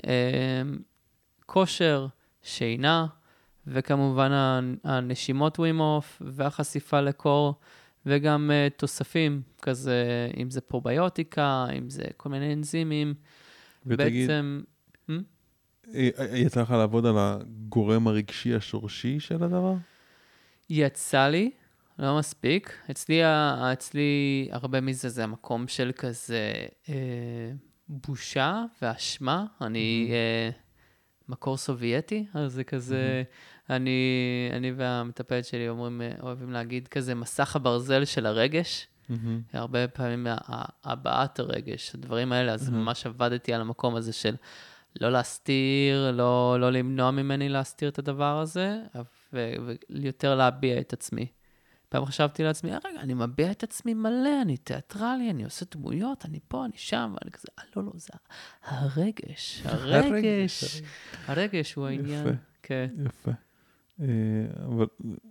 כושר, שינה, וכמובן הנשימות ווימוף, והחשיפה לקור, וגם תוספים, כזה, אם זה פרוביוטיקה, אם זה כל מיני אנזימים. ותגיד, בעצם... יצא לך לעבוד על הגורם הרגשי השורשי של הדבר? יצא לי, לא מספיק. אצלי, ה- אצלי הרבה מזה זה המקום של כזה אה, בושה ואשמה. אני אה, מקור סובייטי, אז זה כזה, אני, אני והמטפלת שלי אומרים, אה, אוהבים להגיד כזה מסך הברזל של הרגש. הרבה פעמים ה- הבעת הרגש, הדברים האלה, אז ממש עבדתי על המקום הזה של לא להסתיר, לא, לא למנוע ממני להסתיר את הדבר הזה, ו- ויותר להביע את עצמי. פעם חשבתי לעצמי, רגע, אני מביע את עצמי מלא, אני תיאטרלי, אני עושה דמויות, אני פה, אני שם, ואני כזה, אה, לא, לא, זה הרגש, הרגש, הרגש הוא העניין. יפה, כן. יפה. אה, אבל...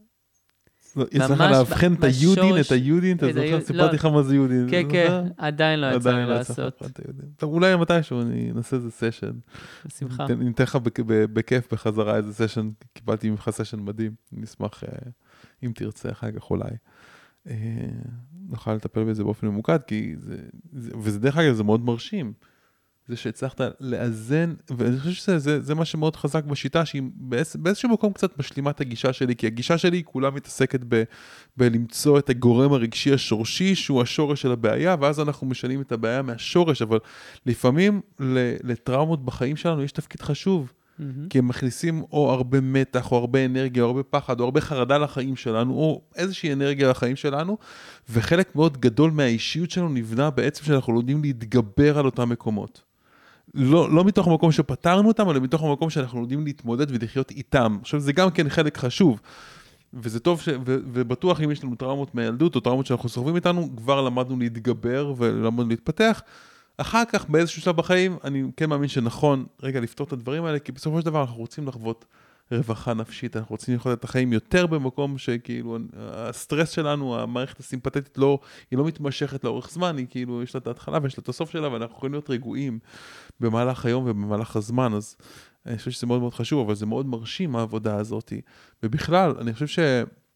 לא, יצא לך ממש לאבחן את היודין, בשורש- את היודין, אתה את זוכר, היוד- סיפרתי לך מה זה יודין. כן, אתה כן, זוכר? עדיין לא יצא לי עדיין לא יצא לך לעשות. לאבחן את היודין. טוב, אולי מתישהו אני אנסה איזה סשן. בשמחה. אני אתן לך בכ- ב- בכיף בחזרה איזה סשן, קיבלתי ממך סשן מדהים, אני אשמח אה, אם תרצה אחר כך אולי. אה, נוכל לטפל בזה באופן ממוקד, כי זה, זה, וזה דרך אגב, זה מאוד מרשים. זה שהצלחת לאזן, ואני חושב שזה זה, זה מה שמאוד חזק בשיטה, שהיא באיז, באיזשהו מקום קצת משלימה את הגישה שלי, כי הגישה שלי כולה מתעסקת ב, בלמצוא את הגורם הרגשי השורשי, שהוא השורש של הבעיה, ואז אנחנו משנים את הבעיה מהשורש, אבל לפעמים לטראומות בחיים שלנו יש תפקיד חשוב, Mm-hmm. כי הם מכניסים או הרבה מתח, או הרבה אנרגיה, או הרבה פחד, או הרבה חרדה לחיים שלנו, או איזושהי אנרגיה לחיים שלנו, וחלק מאוד גדול מהאישיות שלנו נבנה בעצם שאנחנו לא יודעים להתגבר על אותם מקומות. לא, לא מתוך המקום שפתרנו אותם, אלא מתוך המקום שאנחנו יודעים להתמודד ולחיות איתם. עכשיו, זה גם כן חלק חשוב, וזה טוב, ש... ו... ובטוח אם יש לנו טראומות מהילדות, או טראומות שאנחנו סוחבים איתנו, כבר למדנו להתגבר ולמדנו להתפתח. אחר כך, באיזשהו שלב בחיים, אני כן מאמין שנכון, רגע, לפתור את הדברים האלה, כי בסופו של דבר אנחנו רוצים לחוות רווחה נפשית, אנחנו רוצים לחיות את החיים יותר במקום שכאילו, הסטרס שלנו, המערכת הסימפתטית לא, היא לא מתמשכת לאורך זמן, היא כאילו, יש לה את ההתחלה ויש לה את הסוף שלה, ואנחנו יכולים להיות רגועים במהלך היום ובמהלך הזמן, אז אני חושב שזה מאוד מאוד חשוב, אבל זה מאוד מרשים העבודה הזאת, ובכלל, אני חושב ש...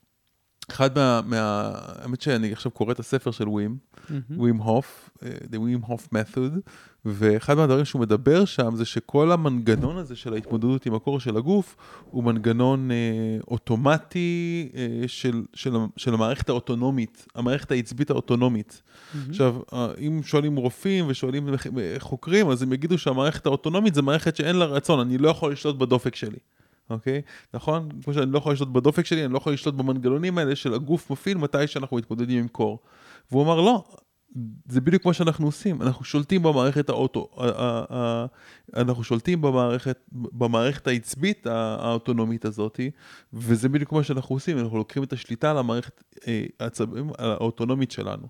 אחד מה, מה, האמת שאני עכשיו קורא את הספר של ווים, ווים הוף, The Wim Hof Method, ואחד מהדברים שהוא מדבר שם זה שכל המנגנון הזה של ההתמודדות עם הקור של הגוף, הוא מנגנון אה, אוטומטי אה, של, של, של המערכת האוטונומית, המערכת העצבית האוטונומית. Mm-hmm. עכשיו, אם שואלים רופאים ושואלים חוקרים, אז הם יגידו שהמערכת האוטונומית זה מערכת שאין לה רצון, אני לא יכול לשלוט בדופק שלי. אוקיי? נכון? כמו שאני לא יכול לשלוט בדופק שלי, אני לא יכול לשלוט במנגנונים האלה של הגוף מפעיל מתי שאנחנו מתמודדים עם קור. והוא אמר, לא, זה בדיוק מה שאנחנו עושים. אנחנו שולטים במערכת האוטו, אנחנו שולטים במערכת, במערכת העצבית האוטונומית הזאת, וזה בדיוק מה שאנחנו עושים. אנחנו לוקחים את השליטה על המערכת העצבים, האוטונומית שלנו.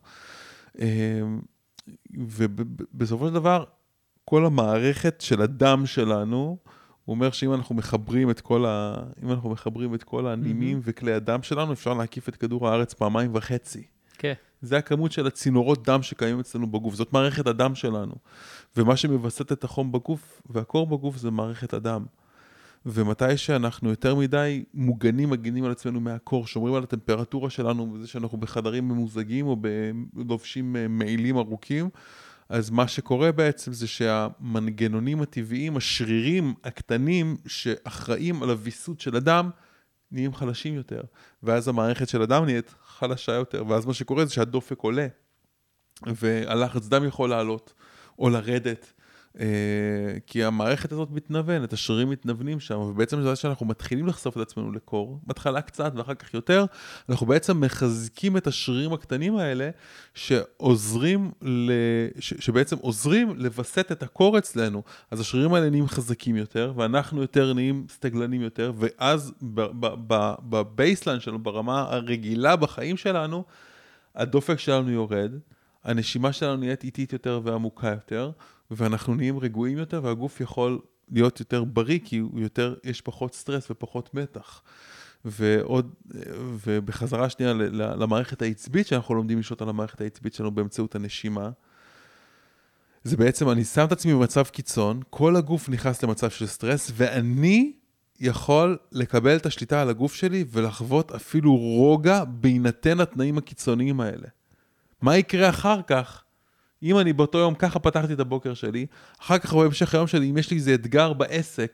ובסופו של דבר, כל המערכת של הדם שלנו, הוא אומר שאם אנחנו מחברים את כל ה... אם אנחנו מחברים את כל הנימים mm-hmm. וכלי הדם שלנו, אפשר להקיף את כדור הארץ פעמיים וחצי. כן. Okay. זה הכמות של הצינורות דם שקיימים אצלנו בגוף. זאת מערכת הדם שלנו. ומה שמבסט את החום בגוף והקור בגוף זה מערכת הדם. ומתי שאנחנו יותר מדי מוגנים, מגנים על עצמנו מהקור, שומרים על הטמפרטורה שלנו, וזה שאנחנו בחדרים ממוזגים או בלובשים מעילים ארוכים, אז מה שקורה בעצם זה שהמנגנונים הטבעיים, השרירים הקטנים שאחראים על הוויסות של הדם, נהיים חלשים יותר. ואז המערכת של הדם נהיית חלשה יותר. ואז מה שקורה זה שהדופק עולה, והלחץ דם יכול לעלות או לרדת, כי המערכת הזאת מתנוונת, השרירים מתנוונים שם, ובעצם זה שאנחנו מתחילים לחשוף את עצמנו לקור, בהתחלה קצת ואחר כך יותר, אנחנו בעצם מחזקים את השרירים הקטנים האלה, שעוזרים, ש... שבעצם עוזרים לבסט את הקור אצלנו, אז השרירים האלה נהיים חזקים יותר, ואנחנו יותר נהיים סטגלנים יותר, ואז בבייסליין שלנו, ברמה הרגילה בחיים שלנו, הדופק שלנו יורד, הנשימה שלנו נהיית איטית יותר ועמוקה יותר, ואנחנו נהיים רגועים יותר, והגוף יכול להיות יותר בריא, כי הוא יותר, יש פחות סטרס ופחות מתח. ועוד, ובחזרה שנייה למערכת העצבית, שאנחנו לומדים לשלוט על המערכת העצבית שלנו באמצעות הנשימה, זה בעצם, אני שם את עצמי במצב קיצון, כל הגוף נכנס למצב של סטרס, ואני יכול לקבל את השליטה על הגוף שלי, ולחוות אפילו רוגע בהינתן התנאים הקיצוניים האלה. מה יקרה אחר כך? אם אני באותו יום ככה פתחתי את הבוקר שלי, אחר כך בהמשך היום שלי, אם יש לי איזה אתגר בעסק,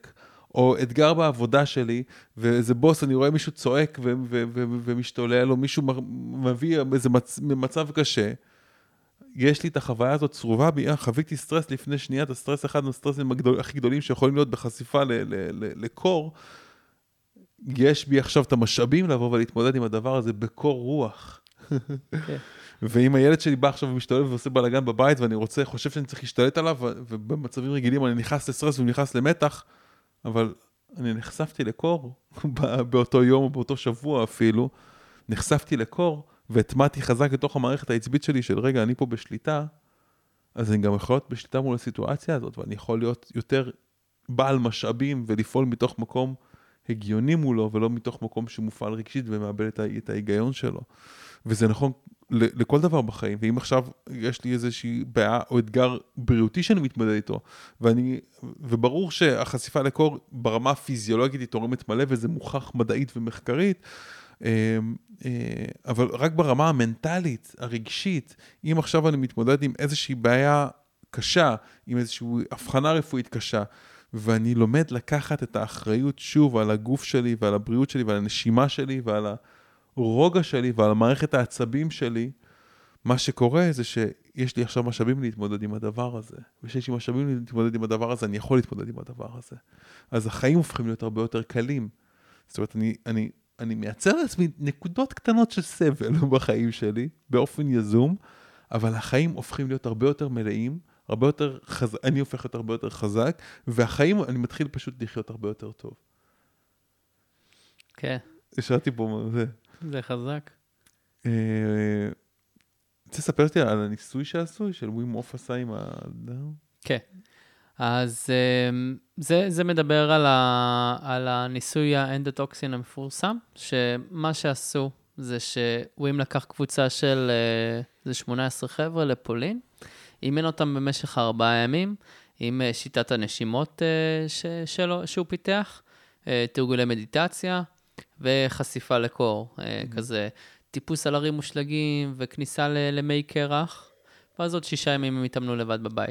או אתגר בעבודה שלי, ואיזה בוס, אני רואה מישהו צועק ו- ו- ו- ומשתולל, או מישהו מביא איזה מצ- מצב קשה, יש לי את החוויה הזאת צרובה בי, חוויתי סטרס לפני שנייה, את הסטרס אחד מהסטרסים הגדול, הכי גדולים שיכולים להיות בחשיפה ל- ל- ל- לקור, יש בי עכשיו את המשאבים לבוא ולהתמודד עם הדבר הזה בקור רוח. כן. ואם הילד שלי בא עכשיו ומשתולל ועושה בלגן בבית, ואני רוצה, חושב שאני צריך להשתלט עליו, ובמצבים רגילים אני נכנס לסטרס ונכנס למתח, אבל אני נחשפתי לקור באותו יום או באותו שבוע אפילו, נחשפתי לקור, והטמעתי חזק לתוך המערכת העצבית שלי של רגע, אני פה בשליטה, אז אני גם יכול להיות בשליטה מול הסיטואציה הזאת, ואני יכול להיות יותר בעל משאבים ולפעול מתוך מקום הגיוני מולו, ולא מתוך מקום שמופעל רגשית ומאבד את, את ההיגיון שלו. וזה נכון לכל דבר בחיים, ואם עכשיו יש לי איזושהי בעיה או אתגר בריאותי שאני מתמודד איתו, ואני, וברור שהחשיפה לקור ברמה הפיזיולוגית היא תורמת מלא, וזה מוכח מדעית ומחקרית, אבל רק ברמה המנטלית, הרגשית, אם עכשיו אני מתמודד עם איזושהי בעיה קשה, עם איזושהי הבחנה רפואית קשה, ואני לומד לקחת את האחריות שוב על הגוף שלי ועל הבריאות שלי ועל הנשימה שלי ועל הרוגע שלי ועל מערכת העצבים שלי, מה שקורה זה שיש לי עכשיו משאבים להתמודד עם הדבר הזה. ושיש לי משאבים להתמודד עם הדבר הזה, אני יכול להתמודד עם הדבר הזה. אז החיים הופכים להיות הרבה יותר קלים. זאת אומרת, אני, אני, אני מייצר לעצמי נקודות קטנות של סבל בחיים שלי, באופן יזום, אבל החיים הופכים להיות הרבה יותר מלאים, הרבה יותר חזק, אני הופך להיות הרבה יותר חזק, והחיים, אני מתחיל פשוט לחיות הרבה יותר טוב. כן. השארתי פה, זה. זה חזק. אה, רוצה לספר לי על הניסוי שעשו, של ווים הוף עשה עם האדם? כן. אז זה, זה מדבר על, ה, על הניסוי האנדוטוקסין המפורסם, שמה שעשו זה שווים לקח קבוצה של זה שמונה עשרה חבר'ה לפולין, אימן אותם במשך ארבעה ימים, עם שיטת הנשימות ש, שלו, שהוא פיתח, תרגולי מדיטציה וחשיפה לקור, mm-hmm. כזה טיפוס על הרים מושלגים וכניסה למי קרח, ואז עוד שישה ימים הם התאמנו לבד בבית.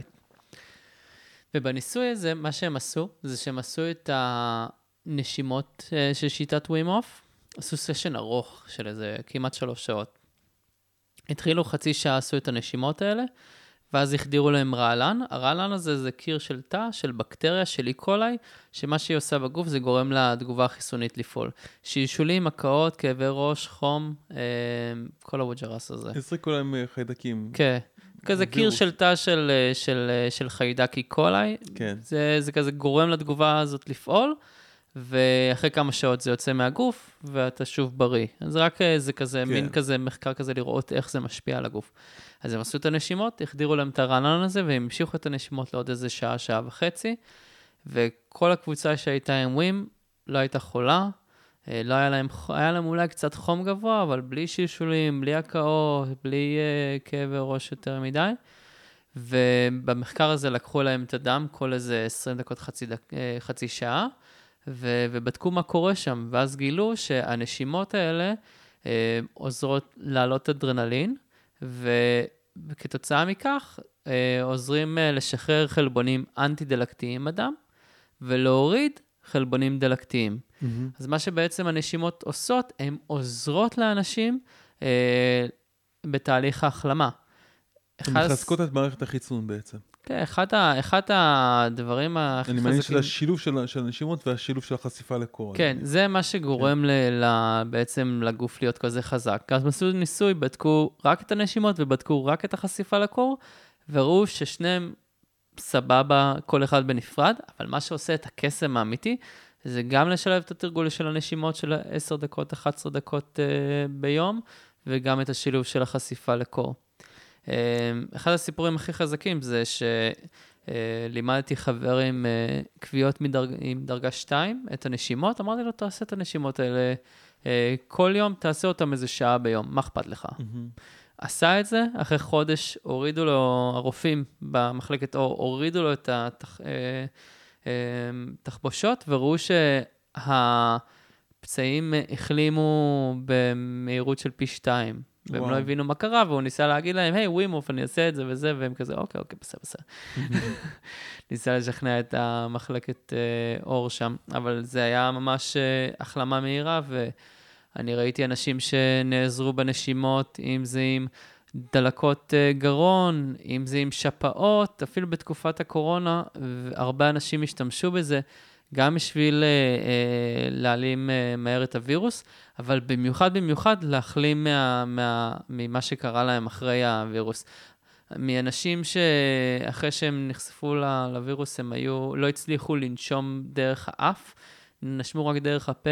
ובניסוי הזה, מה שהם עשו, זה שהם עשו את הנשימות של שיטת ווים הוף, עשו סשן ארוך של איזה כמעט שלוש שעות. התחילו חצי שעה, עשו את הנשימות האלה, ואז החדירו להם רעלן. הרעלן הזה זה קיר של תא, של בקטריה, של איקולאי, שמה שהיא עושה בגוף זה גורם לתגובה החיסונית לפעול. שישולים, הקאות, כאבי ראש, חום, כל הווג'רס הזה. הזריקו להם חיידקים. כן. כזה קיר של תא של, של, של חיידק איקולאי. כן. זה, זה כזה גורם לתגובה הזאת לפעול, ואחרי כמה שעות זה יוצא מהגוף, ואתה שוב בריא. אז רק זה כזה, כן. מין כזה מחקר כזה לראות איך זה משפיע על הגוף. אז הם עשו את הנשימות, החדירו להם את הרענן הזה, והם המשיכו את הנשימות לעוד איזה שעה, שעה וחצי, וכל הקבוצה שהייתה עם ווים לא הייתה חולה, לא היה להם, היה להם אולי קצת חום גבוה, אבל בלי שלשולים, בלי הקאות, בלי uh, כאבי ראש יותר מדי, ובמחקר הזה לקחו להם את הדם כל איזה עשרים דקות, חצי, דק, חצי שעה, ו, ובדקו מה קורה שם, ואז גילו שהנשימות האלה uh, עוזרות לעלות אדרנלין, ו, וכתוצאה מכך uh, עוזרים uh, לשחרר חלבונים אנטי-דלקתיים בדם, ולהוריד חלבונים דלקתיים. Mm-hmm. אז מה שבעצם הנשימות עושות, הן עוזרות לאנשים אה, בתהליך ההחלמה. הן מחזקות את מערכת החיסון בעצם. כן, אחד, ה, אחד הדברים הכי חזקים... אני מעניין של השילוב של, של הנשימות והשילוב של החשיפה לקור. כן, זה מה שגורם כן. ל, ל, בעצם לגוף להיות כזה חזק. אז מסלול ניסוי, בדקו רק את הנשימות ובדקו רק את החשיפה לקור, וראו ששניהם סבבה, כל אחד בנפרד, אבל מה שעושה את הקסם האמיתי, זה גם לשלב את התרגול של הנשימות של עשר דקות, אחת עשרה דקות uh, ביום, וגם את השילוב של החשיפה לקור. Uh, אחד הסיפורים הכי חזקים זה שלימדתי uh, חבר עם uh, קביעות מדרג, עם דרגה שתיים, את הנשימות, אמרתי לו, תעשה את הנשימות האלה, uh, כל יום תעשה אותם איזה שעה ביום, מה אכפת לך? Mm-hmm. עשה את זה, אחרי חודש הורידו לו, הרופאים במחלקת אור, הורידו לו את התחבושות, וראו שהפצעים החלימו במהירות של פי שתיים. והם וואו. לא הבינו מה קרה, והוא ניסה להגיד להם, היי, ווימוף, אני אעשה את זה וזה, והם כזה, אוקיי, אוקיי, בסדר, בסדר. ניסה לשכנע את המחלקת אה, אור שם, אבל זה היה ממש אה, החלמה מהירה, ואני ראיתי אנשים שנעזרו בנשימות, אם זה עם דלקות אה, גרון, אם זה עם שפעות, אפילו בתקופת הקורונה, והרבה אנשים השתמשו בזה, גם בשביל אה, אה, להעלים אה, מהר את הווירוס, אבל במיוחד במיוחד להחלים מה, מה, ממה שקרה להם אחרי הווירוס. מאנשים שאחרי שהם נחשפו ל- לווירוס, הם היו, לא הצליחו לנשום דרך האף, נשמו רק דרך הפה,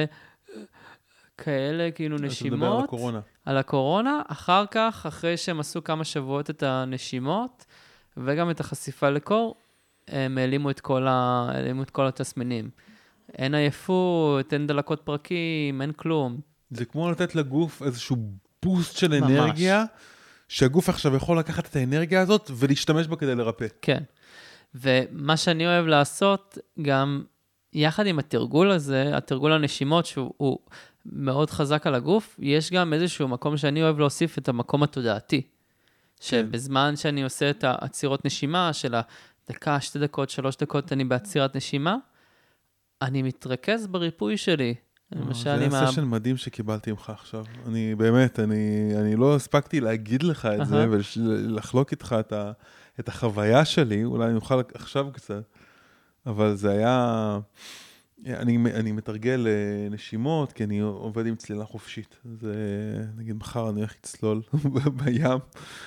כאלה כאילו אתה נשימות. מדבר על הקורונה. על הקורונה, אחר כך, אחרי שהם עשו כמה שבועות את הנשימות, וגם את החשיפה לקור, הם העלימו את כל, ה... העלימו את כל התסמינים. אין עייפות, אין דלקות פרקים, אין כלום. זה כמו לתת לגוף איזשהו בוסט של ממש. אנרגיה, שהגוף עכשיו יכול לקחת את האנרגיה הזאת ולהשתמש בה כדי לרפא. כן. ומה שאני אוהב לעשות, גם יחד עם התרגול הזה, התרגול הנשימות, שהוא הוא מאוד חזק על הגוף, יש גם איזשהו מקום שאני אוהב להוסיף את המקום התודעתי. שבזמן שאני עושה את העצירות נשימה של הדקה, שתי דקות, שלוש דקות, אני בעצירת נשימה, אני מתרכז בריפוי שלי. זה היה סשן מדהים שקיבלתי ממך עכשיו. אני באמת, אני, אני לא הספקתי להגיד לך את זה, ולחלוק איתך את, ה, את החוויה שלי, אולי אני אוכל עכשיו קצת, אבל זה היה, אני, אני מתרגל נשימות, כי אני עובד עם צלילה חופשית. זה, נגיד, מחר אני הולך לצלול בים,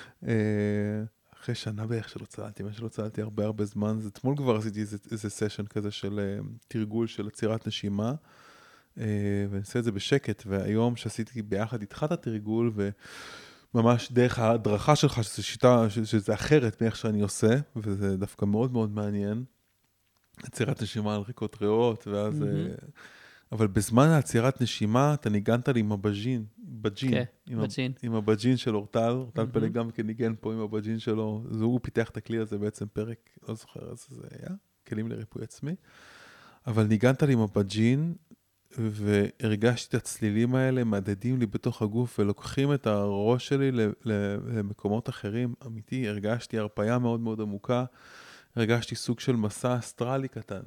אחרי שנה בערך שלא צללתי, מה שלא צללתי הרבה הרבה זמן, אז אתמול כבר עשיתי איזה, איזה סשן כזה של תרגול של עצירת נשימה, ואני עושה את זה בשקט, והיום שעשיתי ביחד איתך את התרגול, וממש דרך ההדרכה שלך, שזו שיטה, שזה אחרת מאיך שאני עושה, וזה דווקא מאוד מאוד מעניין, עצירת נשימה על ריקות ריאות, ואז... Mm-hmm. אבל בזמן העצירת נשימה, אתה ניגנת לי עם הבג'ין, בג'ין, כן, עם, בג'ין. עם הבג'ין של אורטל, אורטל Mm-hmm. פלג גם כן ניגן פה עם הבג'ין שלו, אז הוא פיתח את הכלי הזה בעצם פרק, לא זוכר איזה זה היה, כלים לריפוי עצמי, אבל ניגנת לי עם הבג'ין, והרגשתי את הצלילים האלה, מדדים לי בתוך הגוף, ולוקחים את הראש שלי למקומות אחרים, אמיתי, הרגשתי הרפאיה מאוד מאוד עמוקה, הרגשתי סוג של מסע אסטרלי קטן.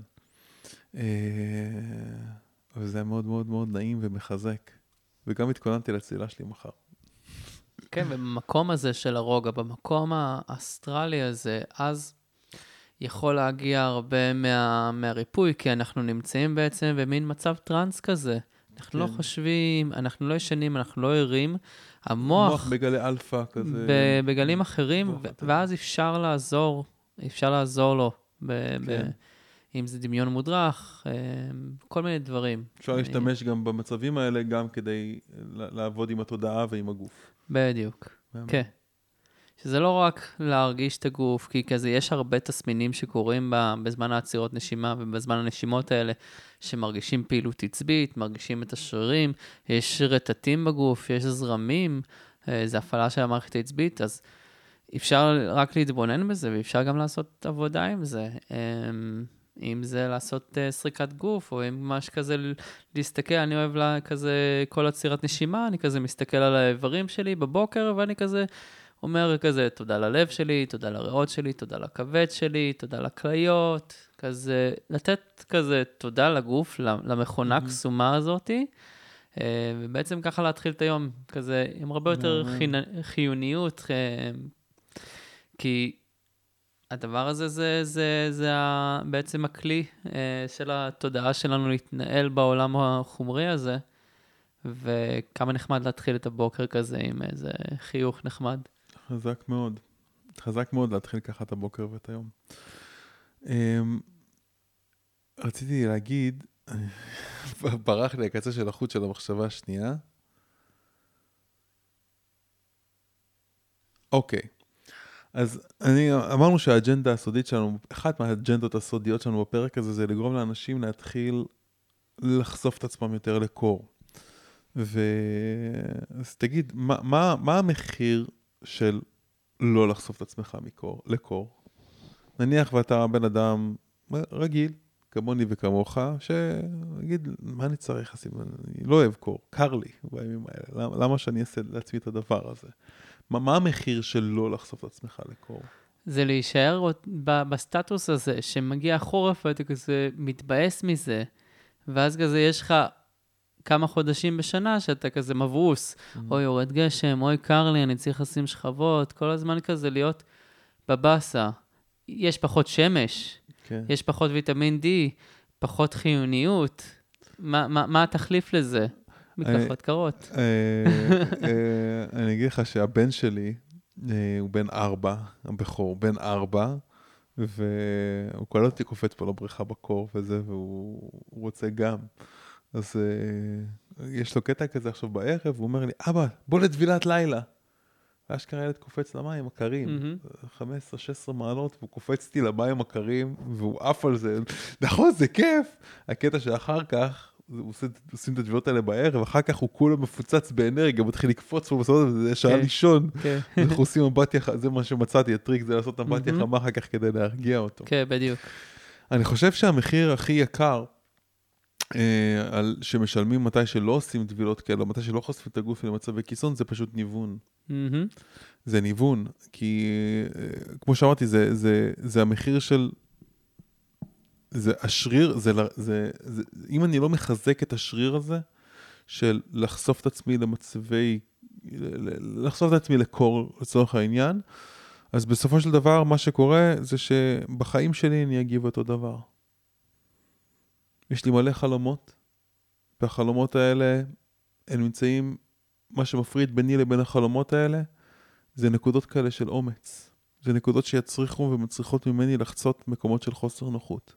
וזה היה מאוד מאוד מאוד נעים ומחזק. וגם התכוננתי לצלילה שלי מחר. כן, במקום הזה של הרוגע, במקום האסטרלי הזה, אז יכול להגיע הרבה מה, מהריפוי, כי אנחנו נמצאים בעצם במין מצב טרנס כזה. אנחנו כן. לא חושבים, אנחנו לא ישנים, אנחנו לא ערים. המוח... מוח בגלי אלפא כזה. בגלים אחרים, ו- ואז אפשר לעזור, אפשר לעזור לו. ב- כן. ב- אם זה דמיון מודרך, כל מיני דברים. אפשר להשתמש גם במצבים האלה, גם כדי לעבוד עם התודעה ועם הגוף. בדיוק, כן. שזה לא רק להרגיש את הגוף, כי כזה יש הרבה תסמינים שקורים בזמן העצירות נשימה, ובזמן הנשימות האלה, שמרגישים פעילות עצבית, מרגישים את השרירים, יש רטטים בגוף, יש זרמים, זה הפעלה של המערכת העצבית, אז אפשר רק להתבונן בזה, ואפשר גם לעשות עבודה עם זה. אם זה לעשות uh, סריקת גוף, או אם ממש כזה להסתכל, אני אוהב לה כזה כל עצירת נשימה, אני כזה מסתכל על האיברים שלי בבוקר, ואני כזה אומר כזה, תודה ללב שלי, תודה לריאות שלי, תודה לכבד שלי, תודה לכליות, כזה, לתת כזה תודה לגוף, למכונה mm-hmm. קסומה הזאת, uh, ובעצם ככה להתחיל את היום, כזה, עם הרבה יותר mm-hmm. חיוניות, uh, כי... הדבר הזה זה, זה, זה ה, בעצם הכלי אה, של התודעה שלנו להתנהל בעולם החומרי הזה, וכמה נחמד להתחיל את הבוקר כזה עם איזה חיוך נחמד. חזק מאוד. חזק מאוד להתחיל ככה את הבוקר ואת היום. אה, רציתי להגיד, ברח לי הקצה של החוט של המחשבה השנייה. אוקיי. אז אני, אמרנו שהאג'נדה הסודית שלנו, אחת מהאג'נדות הסודיות שלנו בפרק הזה, זה לגרום לאנשים להתחיל לחשוף את עצמם יותר לקור. ו... אז תגיד, מה, מה, מה המחיר של לא לחשוף את עצמך מקור, לקור? נניח ואתה בן אדם רגיל, כמוני וכמוך, שנגיד, מה אני צריך לשים? אני לא אוהב קור, קר לי בימים האלה. למה, למה שאני אעשה לעצמי את הדבר הזה? מה, מה המחיר של לא לחשוף את עצמך לקור? זה להישאר ב- בסטטוס הזה, שמגיע חורף ואתה כזה מתבאס מזה, ואז כזה יש לך כמה חודשים בשנה שאתה כזה מברוס, mm-hmm. אוי, יורד גשם, אוי, קר לי, אני צריך לשים שכבות, כל הזמן כזה להיות בבאסה. יש פחות שמש, okay. יש פחות ויטמין D, פחות חיוניות. מה, מה, מה התחליף לזה? מקלחות קרות. אני אגיד לך שהבן שלי, הוא בן ארבע, הבכור, בן ארבע, והוא כל אותי קופץ פה לבריכה בקור וזה, והוא רוצה גם. אז יש לו קטע כזה עכשיו בערב, הוא אומר לי, אבא, בוא לטבילת לילה. ואשכרה ילד קופץ למים הקרים, חמש עשרה שש עשרה מעלות, והוא קופץ איתי למים הקרים, והוא עף על זה. נכון, זה כיף. הקטע שאחר כך, עושים את הדבילות האלה בערב, אחר כך הוא כולו מפוצץ באנרגיה, מתחיל לקפוץ פה בסוף, וזה שעה לישון. אנחנו עושים אמבטיה, זה מה שמצאתי, הטריק זה לעשות אמבטיה חמה אחר כך כדי להרגיע אותו. כן, בדיוק. אני חושב שהמחיר הכי יקר, שמשלמים מתי שלא עושים דבילות כאלה, מתי שלא חושפים את הגוף למצבי קיצון, זה פשוט ניוון. זה ניוון, כי כמו שאמרתי, זה המחיר של... זה השריר, זה, זה, זה, אם אני לא מחזק את השריר הזה, של לחשוף את עצמי למצבי, לחשוף את עצמי לקור לצורך העניין, אז בסופו של דבר מה שקורה זה שבחיים שלי אני אגיב אותו דבר. יש לי מלא חלומות, והחלומות האלה, הם נמצאים, מה שמפריד ביני לבין החלומות האלה, זה נקודות כאלה של אומץ. זה נקודות שיצריכו ומצריכות ממני לחצות מקומות של חוסר נוחות.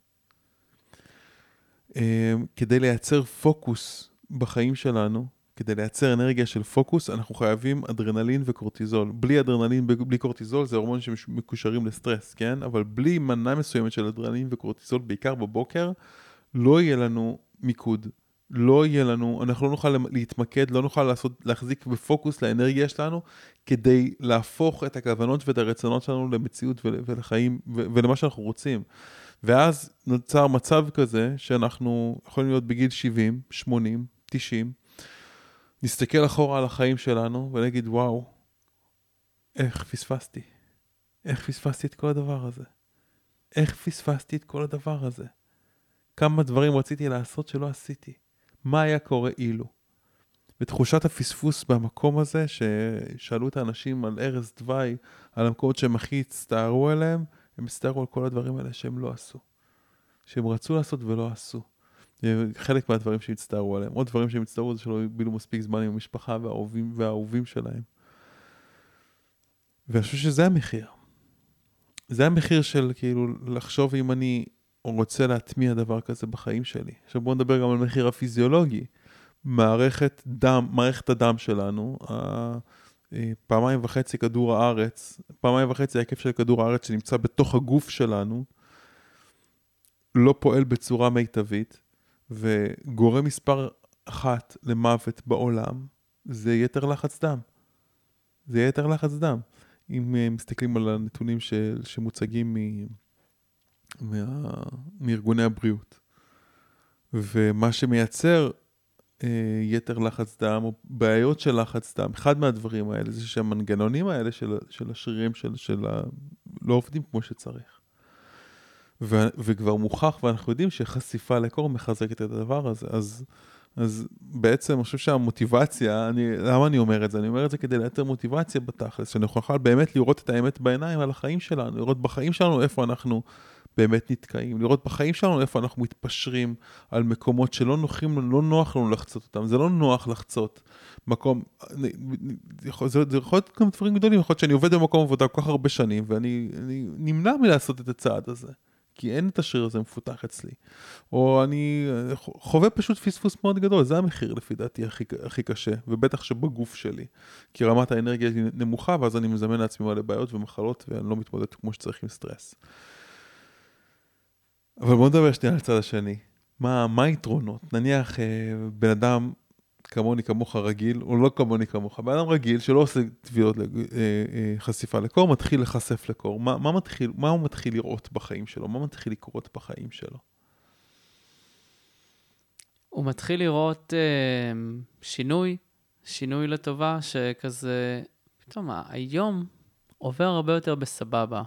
כדי לייצר פוקוס בחיים שלנו, כדי לייצר אנרגיה של פוקוס, אנחנו חייבים אדרנלין וקורטיזול. בלי אדרנלין, בלי קורטיזול, זה הורמונים שמקושרים לסטרס, כן? אבל בלי מנה מסוימת של אדרנלין וקורטיזול, בעיקר בבוקר, לא יהיה לנו מיקוד. לא יהיה לנו, אנחנו לא נוכל להתמקד, לא נוכל לעשות, להחזיק בפוקוס לאנרגיה שלנו, כדי להפוך את הכוונות ואת הרצונות שלנו למציאות ולחיים, ולמה שאנחנו רוצים. ואז נוצר מצב כזה, שאנחנו יכולים להיות בגיל שבעים, שמונים, תשעים, נסתכל אחורה על החיים שלנו, ונגיד, וואו, איך פספסתי? איך פספסתי את כל הדבר הזה? איך פספסתי את כל הדבר הזה? כמה דברים רציתי לעשות שלא עשיתי? מה היה קורה אילו? ותחושת הפספוס במקום הזה, ששאלו את האנשים על ארז דווי, על המקומות שהם הכי הצטערו אליהם, הם הצטערו על כל הדברים האלה שהם לא עשו. שהם רצו לעשות ולא עשו. חלק מהדברים שהם הצטערו עליהם. עוד דברים שהם הצטערו זה שלא בילו מספיק זמן עם המשפחה והאהובים, והאהובים שלהם. ואני חושב שזה המחיר. זה המחיר של כאילו לחשוב אם אני רוצה להטמיע דבר כזה בחיים שלי. עכשיו בואו נדבר גם על מחיר הפיזיולוגי. מערכת דם, מערכת הדם שלנו, פעמיים וחצי כדור הארץ, פעמיים וחצי ההיקף של כדור הארץ שנמצא בתוך הגוף שלנו, לא פועל בצורה מיטבית, וגורם מספר אחת למוות בעולם, זה יתר לחץ דם. זה יתר לחץ דם. אם מסתכלים על הנתונים של, שמוצגים מ, מה, מארגוני הבריאות. ומה שמייצר אה, יתר לחץ דם, או בעיות של לחץ דם, אחד מהדברים האלה, זה שהמנגנונים האלה של, של השרירים של, של ה, לא עובדים כמו שצריך. ו, וכבר מוכח, ואנחנו יודעים שחשיפה לקור מחזקת את הדבר הזה. אז, אז בעצם אני חושב שהמוטיבציה, אני, למה אני אומר את זה? אני אומר את זה כדי לייצר מוטיבציה בתכלס, שאנחנו נוכל באמת לראות את האמת בעיניים על החיים שלנו, לראות בחיים שלנו איפה אנחנו באמת נתקעים, לראות בחיים שלנו איפה אנחנו מתפשרים על מקומות שלא נוחים לנו, לא נוח לנו לחצות אותם, זה לא נוח לחצות מקום, זה, זה יכול להיות גם דברים גדולים, יכול להיות שאני עובד במקום עבודה כל כך הרבה שנים, ואני אני נמנע מלעשות את הצעד הזה. כי אין את השריר הזה מפותח אצלי. או אני חווה פשוט פספוס מאוד גדול, זה המחיר לפי דעתי הכי, הכי קשה, ובטח שבגוף שלי. כי רמת האנרגיה היא נמוכה, ואז אני מזמן לעצמי מלא בעיות ומחלות, ואני לא מתמודד כמו שצריך עם סטרס. אבל בוא נדבר שנייה על הצד השני. מה, מה היתרונות? נניח בן אדם כמוני כמוך רגיל, או לא כמוני כמוך, בן אדם רגיל שלא עושה טביעות חשיפה לקור, מתחיל לחשף לקור. מה, מה, מתחיל, מה הוא מתחיל לראות בחיים שלו? מה מתחיל לקרות בחיים שלו? הוא מתחיל לראות אה, שינוי, שינוי לטובה, שכזה, פתאום היום עובר הרבה יותר בסבבה.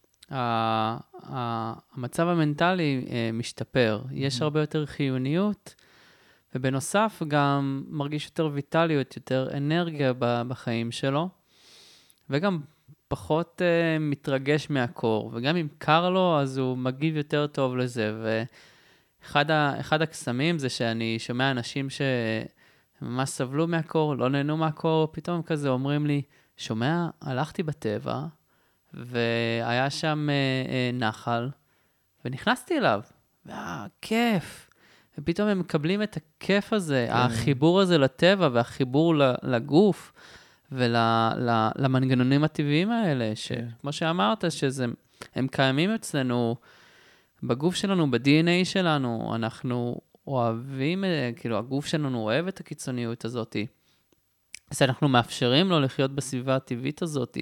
המצב המנטלי משתפר, יש הרבה יותר חיוניות, ובנוסף גם מרגיש יותר ויטליות, יותר אנרגיה בחיים שלו, וגם פחות מתרגש מהקור, וגם אם קר לו, אז הוא מגיב יותר טוב לזה, ואחד הקסמים זה שאני שומע אנשים שממש סבלו מהקור, לא נהנו מהקור, פתאום כזה אומרים לי, שומע, הלכתי בטבע, והיה שם אה, אה, נחל, ונכנסתי אליו, והיה כיף. ופתאום הם מקבלים את הכיף הזה, כן. החיבור הזה לטבע, והחיבור לגוף, ולמנגנונים הטבעיים האלה, שכמו שאמרת, שהם קיימים אצלנו, בגוף שלנו, ב-די אן איי שלנו, אנחנו אוהבים, כאילו הגוף שלנו אוהב את הקיצוניות הזאת, אז אנחנו מאפשרים לו לחיות בסביבה הטבעית הזאת,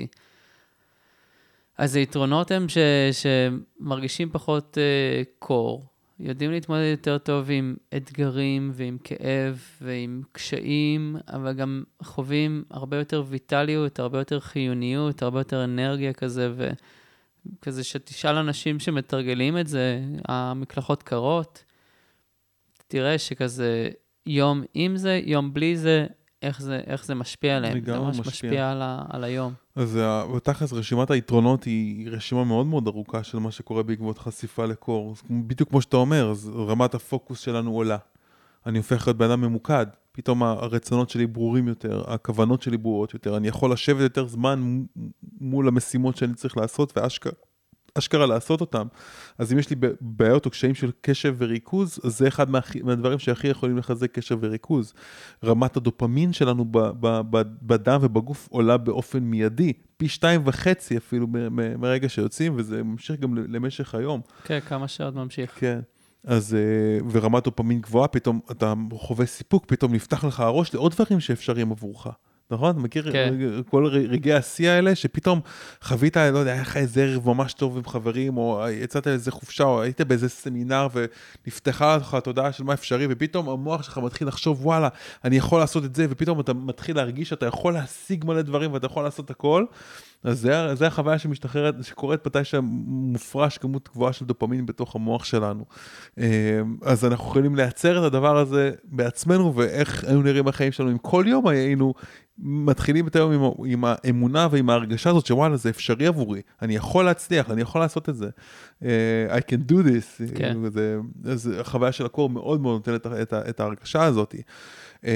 אז היתרונות הם ש, שמרגישים פחות uh, קור, יודעים להתמודד יותר טוב עם אתגרים ועם כאב ועם קשיים, אבל גם חווים הרבה יותר ויטליות, הרבה יותר חיוניות, הרבה יותר אנרגיה כזה, וכזה שתשאל אנשים שמתרגלים את זה, המקלחות קרות, תראה שכזה יום עם זה, יום בלי זה, איך זה, איך זה משפיע עליהם, זה ממש משפיע, משפיע על, ה, על היום. אז בתכלס רשימת היתרונות היא רשימה מאוד מאוד ארוכה של מה שקורה בעקבות חשיפה לקור. בדיוק כמו שאתה אומר, אז רמת הפוקוס שלנו עולה. אני הופך להיות בן אדם ממוקד, פתאום הרצונות שלי ברורים יותר, הכוונות שלי ברורות יותר, אני יכול לשבת יותר זמן מול המשימות שאני צריך לעשות, ואשכרה אשכרה לעשות אותם. אז אם יש לי בעיות או קשיים של קשב וריכוז, אז זה אחד מהדברים שהכי יכולים לחזק קשב וריכוז. רמת הדופמין שלנו בדם ובגוף עולה באופן מיידי, פי שתיים וחצי אפילו מרגע שיוצאים, וזה ממשיך גם למשך היום. כן, כמה שעות ממשיך. כן. אז, ורמת דופמין גבוהה, פתאום אתה חווה סיפוק, פתאום נפתח לך הראש לעוד דברים שאפשריים עבורך. נכון? אתה מכיר כן. כל רגעי השיא האלה, שפתאום חווית, לא יודע, היה לך איזה ערב ממש טוב עם חברים, או יצאת לאיזה חופשה, או היית באיזה סמינר, ונפתחה לך התודעה של מה אפשרי, ופתאום המוח שלך מתחיל לחשוב, וואלה, אני יכול לעשות את זה, ופתאום אתה מתחיל להרגיש שאתה יכול להשיג מלא דברים, ואתה יכול לעשות הכל. אז זה, זה החוויה שמשתחררת, שקורית מתי שמופרש כמות גבוהה של דופמין בתוך המוח שלנו. אז אנחנו יכולים לייצר את הדבר הזה בעצמנו, ואיך היינו נראים החיים שלנו, אם כל יום היינו מתחילים את היום עם, עם האמונה ועם ההרגשה הזאת, שוואלה, זה אפשרי עבורי, אני יכול להצליח, אני יכול לעשות את זה. Uh, I can do this. כן. זה, זה, החוויה של הקור מאוד מאוד נותנת את, את, את ההרגשה הזאת. Uh,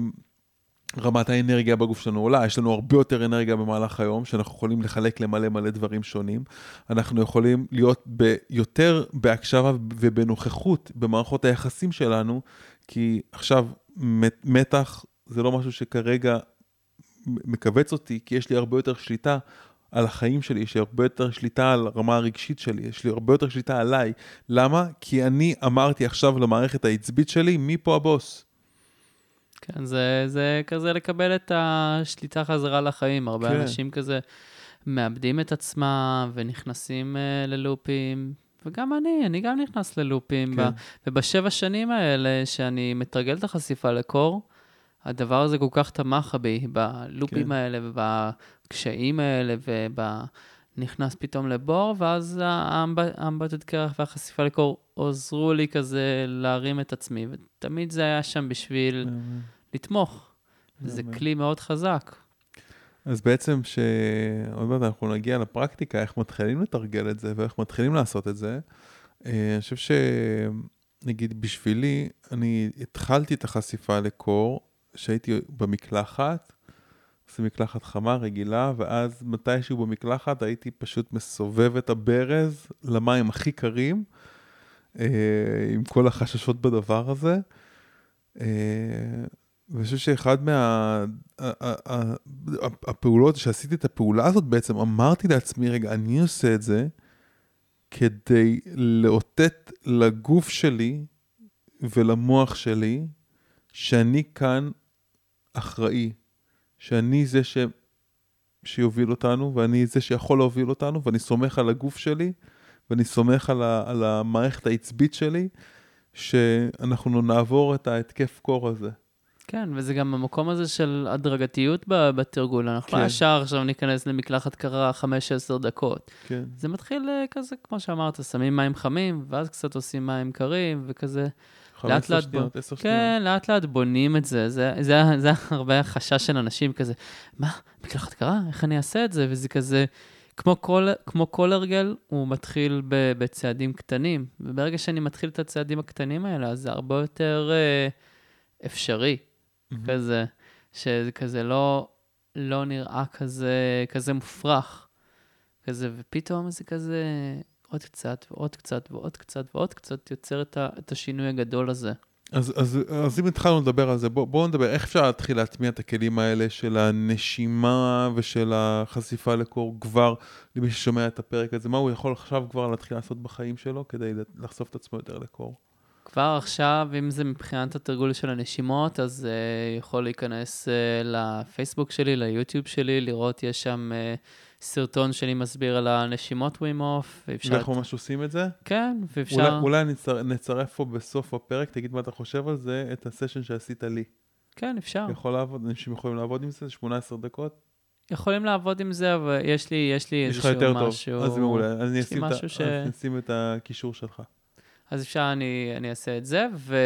רמת האנרגיה בגוף שלנו עולה, יש לנו הרבה יותר אנרגיה במהלך היום, שאנחנו יכולים לחלק למלא מלא דברים שונים, אנחנו יכולים להיות ביותר בהקשבה ובנוכחות במערכות היחסים שלנו, כי עכשיו מתח זה לא משהו שכרגע מקבץ אותי, כי יש לי הרבה יותר שליטה על החיים שלי, יש לי הרבה יותר שליטה על הרמה הרגשית שלי, יש לי הרבה יותר שליטה עליי. למה? כי אני אמרתי עכשיו למערכת העצבית שלי, מי פה הבוס? כן, זה, זה כזה לקבל את השליטה חזרה לחיים. הרבה כן. אנשים כזה מאבדים את עצמם ונכנסים uh, ללופים, וגם אני, אני גם נכנס ללופים. כן. ב, ובשבע שנים האלה שאני מתרגל את החשיפה לקור, הדבר הזה כל כך תמך בי, בלופים כן. האלה ובקשיים האלה, ונכנס פתאום לבור, ואז האמבטיות קרח והחשיפה לקור עוזרו לי כזה להרים את עצמי, ותמיד זה היה שם בשביל לתמוך. זה כלי מאוד חזק. אז בעצם שעוד מעט אנחנו נגיע לפרקטיקה, איך מתחילים לתרגל את זה, ואיך מתחילים לעשות את זה, אני חושב שנגיד בשבילי, אני התחלתי את החשיפה לקור, שהייתי במקלחת, עושה מקלחת חמה רגילה, ואז מתישהו במקלחת הייתי פשוט מסובב את הברז למים הכי קרים, עם כל החששות בדבר הזה. ואני חושב שאחד מהפעולות, שעשיתי את הפעולה הזאת בעצם, אמרתי לעצמי, רגע, אני עושה את זה, כדי לאותת לגוף שלי ולמוח שלי, שאני כאן אחראי, שאני זה ש... שיוביל אותנו, ואני זה שיכול להוביל אותנו, ואני סומך על הגוף שלי, ואני סומך על, ה... על המערכת העצבית שלי, שאנחנו נעבור את ההתקף קור הזה. כן, וזה גם המקום הזה של הדרגתיות בתרגול. אנחנו כן. לא ישר עכשיו ניכנס למקלחת קרה חמש עשר דקות. כן. זה מתחיל אה, כזה, כמו שאמרת, שמים מים חמים, ואז קצת עושים מים קרים, וכזה... חמש עשרה שניות, עשר שניות. כן, לאט לאט בונים את זה. זה, זה, זה הרבה החשש של אנשים כזה, מה, מקלחת קרה? איך אני אעשה את זה? וזה כזה, כמו כל, כמו כל הרגל, הוא מתחיל ב, בצעדים קטנים. וברגע שאני מתחיל את הצעדים הקטנים האלה, אז זה הרבה יותר אה, אפשרי. כזה, שזה כזה לא, לא נראה כזה, כזה מופרך. כזה, ופתאום זה כזה עוד קצת ועוד קצת ועוד קצת ועוד קצת יוצר את, ה, את השינוי הגדול הזה. אז, אז, אז אם התחלנו לדבר על זה, בואו בוא נדבר, איך אפשר להתחיל להטמיע את הכלים האלה של הנשימה ושל החשיפה לקור כבר למי ששומע את הפרק הזה? מה הוא יכול עכשיו כבר להתחיל לעשות בחיים שלו כדי לחשוף את עצמו יותר לקור? כבר עכשיו, אם זה מבחינת התרגול של הנשימות, אז uh, יכול להיכנס uh, לפייסבוק שלי, ליוטיוב שלי, לראות, יש שם uh, סרטון שאני מסביר על הנשימות ווימוף. ואיך ממש עושים את זה? כן, ואפשר... אולי, אולי נצר, נצרף פה בסוף הפרק, תגיד מה אתה חושב על זה, את הסשן שעשית לי. כן, אפשר. יכול לעבוד, אנשים יכולים לעבוד עם זה, שמונה עשרה דקות? יכולים לעבוד עם זה, אבל יש לי, יש לי יש לך איזשהו יותר משהו... טוב, אז מעולה, אז אני אשים, משהו את, ש... אז נשים את הקישור שלך. אז אפשר, אני, אני אעשה את זה, ו...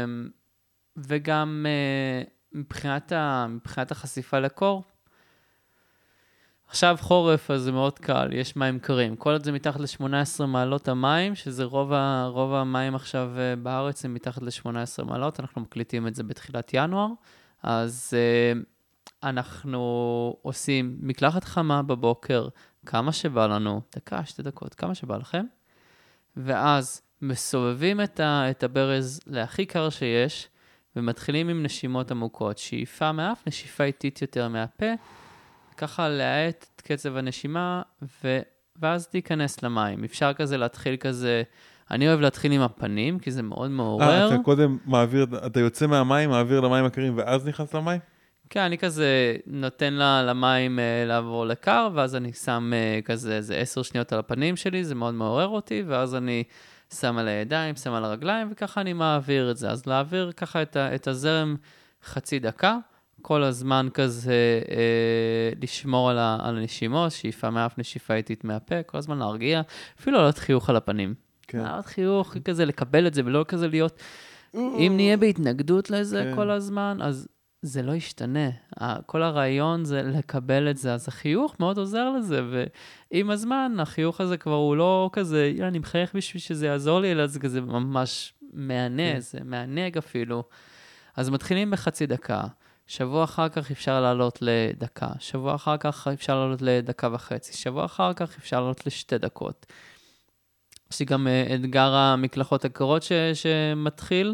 וגם uh, מבחינת, ה... מבחינת החשיפה לקור, עכשיו חורף, אז זה מאוד קל, יש מים קרים. כל עוד זה מתחת ל-שמונה עשרה מעלות המים, שזה רוב, ה... רוב המים עכשיו uh, בארץ, הם מתחת ל-שמונה עשרה מעלות, אנחנו מקליטים את זה בתחילת ינואר, אז uh, אנחנו עושים מקלחת חמה בבוקר, כמה שבא לנו, דקה, שתי דקות, כמה שבא לכם, ואז מסובבים את, ה, את הברז להכי קר שיש, ומתחילים עם נשימות עמוקות, שאיפה מאף, נשיפה איטית יותר מהפה, ככה להאט את קצב הנשימה, ו, ואז להיכנס למים. אפשר כזה להתחיל כזה, אני אוהב להתחיל עם הפנים, כי זה מאוד מעורר. אה, אתה קודם מעביר, אתה יוצא מהמים, מעביר למים הקרים, ואז נכנס למים? כן, אני כזה נותן לה, למים uh, לעבור לקר, ואז אני שם uh, כזה איזה עשר שניות על הפנים שלי, זה מאוד מעורר אותי, ואז אני שם על הידיים, שם על הרגליים, וככה אני מעביר את זה. אז להעביר ככה את, ה, את הזרם חצי דקה, כל הזמן כזה אה, לשמור על, ה, על הנשימות, שאיפה מאף נשיפה איטית מהפה, כל הזמן להרגיע, אפילו לא חיוך על הפנים. כן. לא חיוך, כזה לקבל את זה, ולא כזה להיות, אם נהיה בהתנגדות לזה כן. כל הזמן, אז זה לא ישתנה. כל הרעיון זה לקבל את זה, אז החיוך מאוד עוזר לזה, ועם הזמן החיוך הזה כבר הוא לא כזה, אני מחייך בשביל שזה יעזור לי, אלא זה כזה ממש מענה, כן. זה מענג אפילו. אז מתחילים בחצי דקה, שבוע אחר כך אפשר לעלות לדקה, שבוע אחר כך אפשר לעלות לדקה וחצי, שבוע אחר כך אפשר לעלות לשתי דקות. יש לי גם אתגר המקלחות הקרות ש- שמתחיל,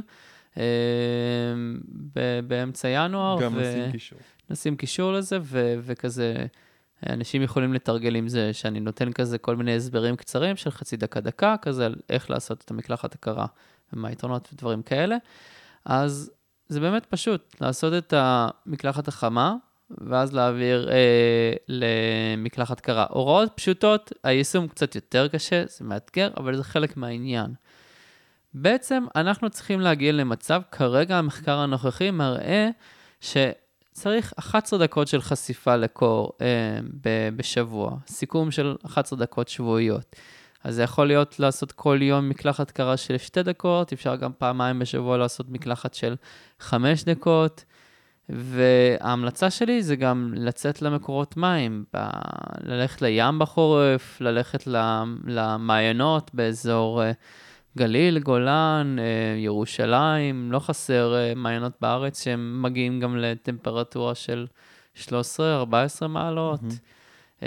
באמצע ינואר. גם נשים קישור. נשים קישור לזה, ו- וכזה, אנשים יכולים לתרגל עם זה, שאני נותן כזה כל מיני הסברים קצרים של חצי דקה דקה, כזה על איך לעשות את המקלחת הקרה, ומה היתרונות ודברים כאלה. אז זה באמת פשוט, לעשות את המקלחת החמה, ואז להעביר אה, למקלחת קרה. הוראות פשוטות, היישום קצת יותר קשה, זה מאתגר, אבל זה חלק מהעניין. בעצם אנחנו צריכים להגיע למצב, כרגע המחקר הנוכחי מראה שצריך אחת עשרה דקות של חשיפה לקור אה, ב- בשבוע, סיכום של אחת עשרה דקות שבועיות. אז זה יכול להיות לעשות כל יום מקלחת קרה של שתי דקות, אפשר גם פעמיים בשבוע לעשות מקלחת של חמש דקות, וההמלצה שלי זה גם לצאת למקורות מים, ב- ללכת לים בחורף, ללכת למעיינות באזור גליל, גולן, ירושלים, לא חסר מעיינות בארץ שהם מגיעים גם לטמפרטורה של שלוש עשרה ארבע עשרה מעלות. Mm-hmm.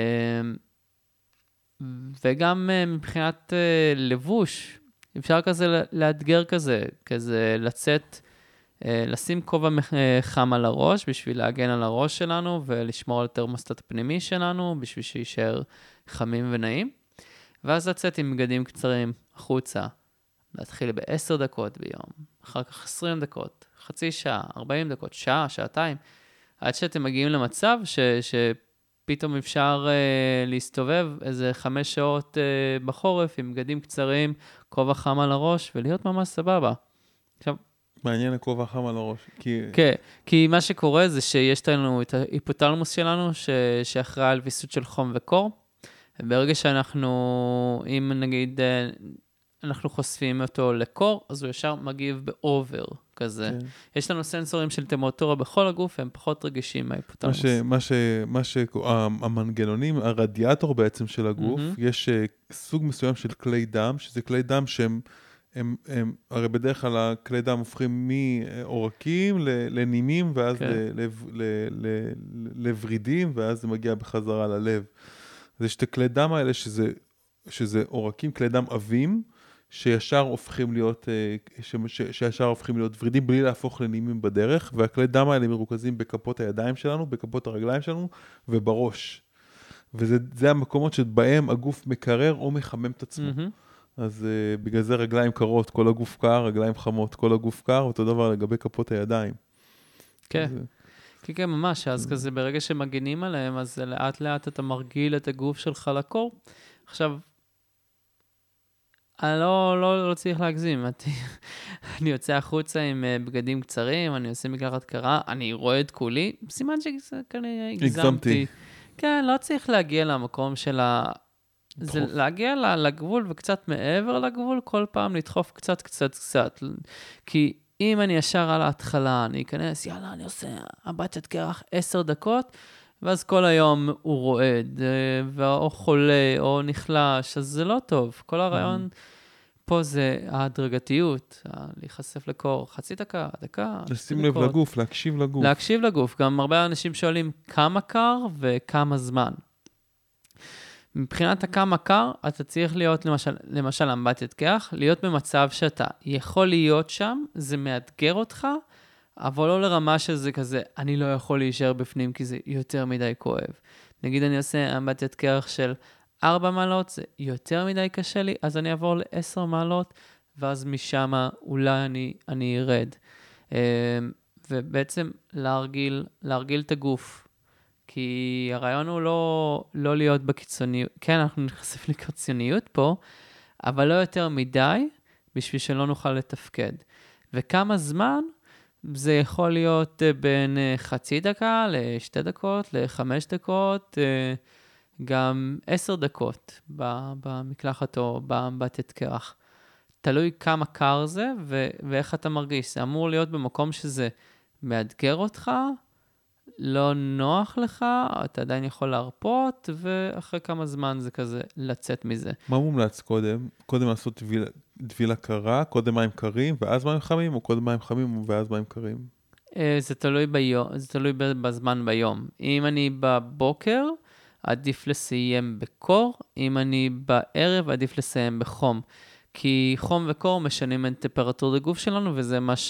וגם מבחינת לבוש, אפשר כזה לאתגר כזה, כזה לצאת, לשים כובע חם על הראש, בשביל להגן על הראש שלנו, ולשמור על התרמוסטט הפנימי שלנו, בשביל שישאר חמים ונעים. ואז לצאת עם בגדים קצרים החוצה, להתחיל בעשר דקות ביום, אחר כך עשרים דקות, חצי שעה, ארבעים דקות, שעה, שעתיים, עד שאתם מגיעים למצב ש... ש... פתאום אפשר uh, להסתובב איזה חמש שעות uh, בחורף עם בגדים קצרים, כובע חם על הראש, ולהיות ממש סבבה. עכשיו, מעניין הכובע חם על הראש. כי... כן, כי מה שקורה זה שיש לנו את ההיפותלמוס שלנו, ש... שאחראי על ויסות של חום וקור, וברגע שאנחנו, אם נגיד, אנחנו חושפים אותו לקור, אז הוא ישר מגיב באובר כזה. כן. יש לנו סנסורים של טמפרטורה בכל הגוף, הם פחות רגישים מההיפותלמוס. מה ש... מה ש... מה ש... המנגנונים, הרדיאטור בעצם של הגוף, Mm-hmm. יש סוג מסוים של כלי דם, שזה כלי דם שהם, הם, הם, הרי בדרך כלל הכלי דם הופכים מעורקים לנימים, ואז כן. לב, ל, ל, לוורידים, ואז זה מגיע בחזרה ללב. אז יש את הכלי דם האלה, שזה, שזה עורקים, כלי דם עבים, שישר הופכים להיות, ש, ש, שישר הופכים להיות ורידים, בלי להפוך לנימים בדרך, והכלי דם האלה מרוכזים בכפות הידיים שלנו, בכפות הרגליים שלנו, ובראש. וזה זה המקומות שבהם הגוף מקרר או מחמם את עצמו. Mm-hmm. אז uh, בגלל זה רגליים קרות, כל הגוף קר, רגליים חמות, כל הגוף קר, אותו דבר לגבי כפות הידיים. כן. אז, כן, כן, ממש, אז כזה ברגע שמגינים עליהם, אז לאט לאט אתה מרגיל את הגוף שלך לקור. עכשיו, אני לא, לא, לא צריך להגזים, אני יוצא החוצה עם בגדים קצרים, אני עושה מקלחת קרה, אני רואה את כולי, סימן שכנראה הגזמתי. כן, לא צריך להגיע למקום של ה... זה להגיע לגבול וקצת מעבר לגבול, כל פעם לדחוף קצת, קצת, קצת. כי אם אני ישר על ההתחלה, אני אכנס, יאללה, אני עושה הבטת קרח עשר דקות, ואז כל היום הוא רועד, או חולה, או נחלש, אז זה לא טוב. כל הרעיון פה זה ההדרגתיות, להיחשף לקור, חצי דקה, דקה, לשים לב לגוף, להקשיב לגוף. להקשיב לגוף. גם הרבה אנשים שואלים כמה קר וכמה זמן. מבחינת הכמה קר, אתה צריך להיות, למשל, למשל אמבטיית קרח, להיות במצב שאתה יכול להיות שם, זה מאתגר אותך, אבל לא לרמה שזה כזה, אני לא יכול להישאר בפנים, כי זה יותר מדי כואב. נגיד אני עושה אמבטיית קרח של ארבע מעלות, זה יותר מדי קשה לי, אז אני אעבור לעשר מעלות, ואז משם אולי אני, אני ארד. ובעצם להרגיל, להרגיל את הגוף. כי הרעיון הוא לא, לא להיות בקיצוניות, כן, אנחנו נחשף לקיצוניות פה, אבל לא יותר מדי, בשביל שלא נוכל לתפקד. וכמה זמן, זה יכול להיות בין חצי דקה לשתי דקות, לחמש דקות, גם עשר דקות במקלחת או באמבטיית קרח. תלוי כמה קר זה ו- ואיך אתה מרגיש. זה אמור להיות במקום שזה מאתגר אותך, לא נוח לך, אתה עדיין יכול להרפות, ואחרי כמה זמן זה כזה לצאת מזה. מה מומלץ קודם? קודם לעשות דבילה, דבילה קרה, קודם מים קרים, ואז מים חמים, או קודם מים חמים, ואז מים קרים? זה תלוי ביום, זה תלוי בזמן ביום. אם אני בבוקר, עדיף לסיים בקור, אם אני בערב, עדיף לסיים בחום. כי חום וקור משנים את טמפרטורת הגוף שלנו, וזה מה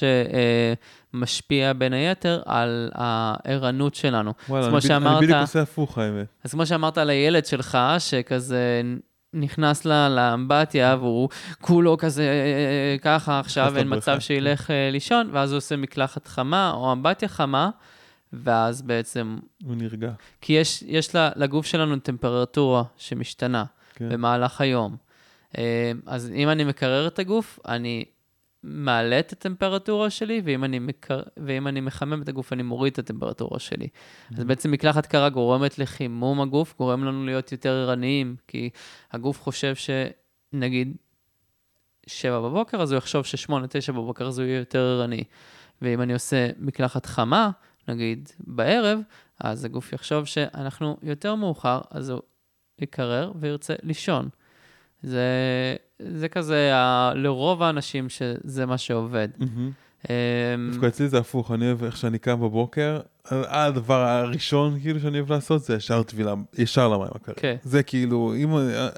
שמשפיע בין היתר על הערנות שלנו. וואלה, אני, שאמרת, אני בדיוק עושה הפוך, האמת. אז כמו שאמרת על הילד שלך, שכזה נכנס לה לאמבטיה, והוא כולו כזה ככה, עכשיו אין מצב שילך לישון, ואז הוא עושה מקלחת חמה, או אמבטיה חמה, ואז בעצם... הוא נרגע. כי יש, יש לגוף שלנו טמפרטורה שמשתנה כן. במהלך היום. אז אם אני מקרר את הגוף, אני מעלה את הטמפרטורה שלי, ואם אני, מקר... ואם אני מחמם את הגוף, אני מוריד את הטמפרטורה שלי. Mm-hmm. אז בעצם מקלחת קרה גורמת לחימום הגוף, גורם לנו להיות יותר ערניים, כי הגוף חושב שנגיד שבע בבוקר, אז הוא יחשוב ששמונה, תשע בבוקר, אז הוא יהיה יותר ערני. ואם אני עושה מקלחת חמה, נגיד בערב, אז הגוף יחשוב שאנחנו יותר מאוחר, אז הוא יקרר וירצה לישון. זה, זה כזה, ה, לרוב האנשים שזה מה שעובד. דווקא אצלי זה הפוך, אני אוהב איך שאני קם בבוקר, הדבר הראשון כאילו שאני אוהב לעשות זה ישר טבילה, ישר למים הקרים. זה כאילו, אם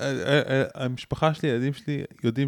המשפחה שלי, הילדים שלי, יודעים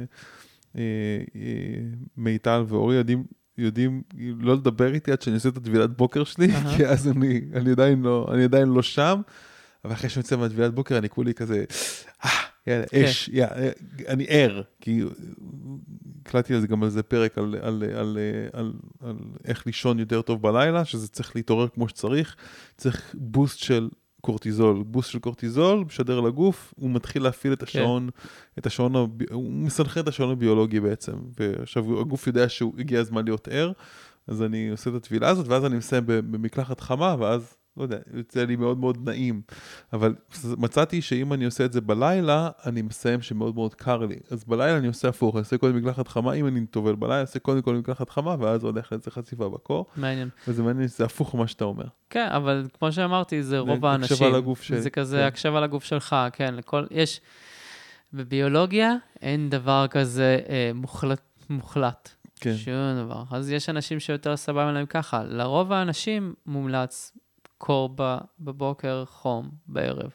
שמיטל ואורי יודעים, יודעים לא לדבר איתי עד שאני עושה את הטבילת בוקר שלי, כי אז אני, אני עדיין לא, אני עדיין לא שם, אבל אחרי שאני יוצא מהטבילת בוקר, אני כולי כזה, אה, יאללה, אש, יאללה, אני ער, כי הקלטתי על זה גם על זה פרק, על, על, על, על, על איך לישון יותר טוב בלילה, שזה צריך להתעורר כמו שצריך, צריך בוסט של קורטיזול, בוסט של קורטיזול, משדר לגוף, הוא מתחיל להפעיל את השעון, את השעון, הוא מסנכרן את השעון הביולוגי בעצם, ועכשיו הגוף יודע שהוא הגיע הזמן להיות ער, אז אני עושה את הטבילה הזאת, ואז אני מסיים במקלחת חמה, ואז, לא יודע, יוצא לי מאוד מאוד נעים, אבל מצאתי שאם אני עושה את זה בלילה, אני מסיים שמאוד מאוד קר לי, אז בלילה אני עושה הפוך, אני עושה קודם מקלחת חמה, אם אני טובל בלילה, אני עושה קודם כל מקלחת חמה, ואז הולך לזה חשיפה בקור. מעניין. וזה מעניין, זה הפוך ממה שאתה אומר. כן, אבל כמו שאמרתי, זה רוב האנשים. הקשבה לגוף שלי. זה כזה הקשבה לגוף שלך, כן, לכל, יש, בביולוגיה אין דבר כזה אה, מוחלט, מוחלט. כן. שום דבר. אז יש אנשים שיותר סבבה להם ככה. לרוב האנשים מומלץ קור בבוקר, חום בערב.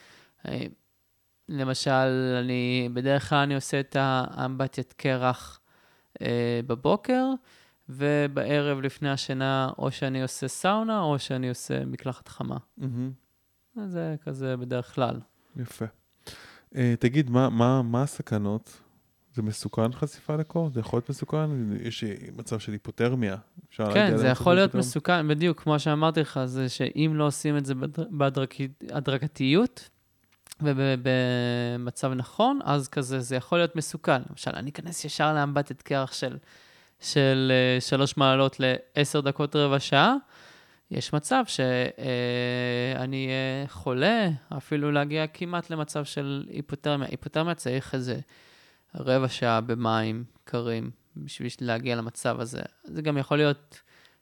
למשל, אני, בדרך כלל אני עושה את האמבטיית קרח אה, בבוקר, ובערב לפני השינה, או שאני עושה סאונה, או שאני עושה מקלחת חמה. Mm-hmm. אז זה כזה בדרך כלל. יפה. Uh, תגיד, מה, מה, מה הסכנות? זה מסוכן חשיפה לקור? זה יכול להיות מסוכן? יש מצב של היפותרמיה. כן, זה יכול להיות מסוכן, בדיוק, כמו שאמרתי לך, זה שאם לא עושים את זה בהדרגתיות, ובמצב נכון, אז כזה זה יכול להיות מסוכן. למשל, אני אכנס ישר לאמבטיית קרח של, של שלוש מעלות לעשר דקות רבע שעה, יש מצב שאני חולה, אפילו להגיע כמעט למצב של היפותרמיה. היפותרמיה צריך איזה רבע שעה במים קרים, בשביל להגיע למצב הזה. זה גם יכול להיות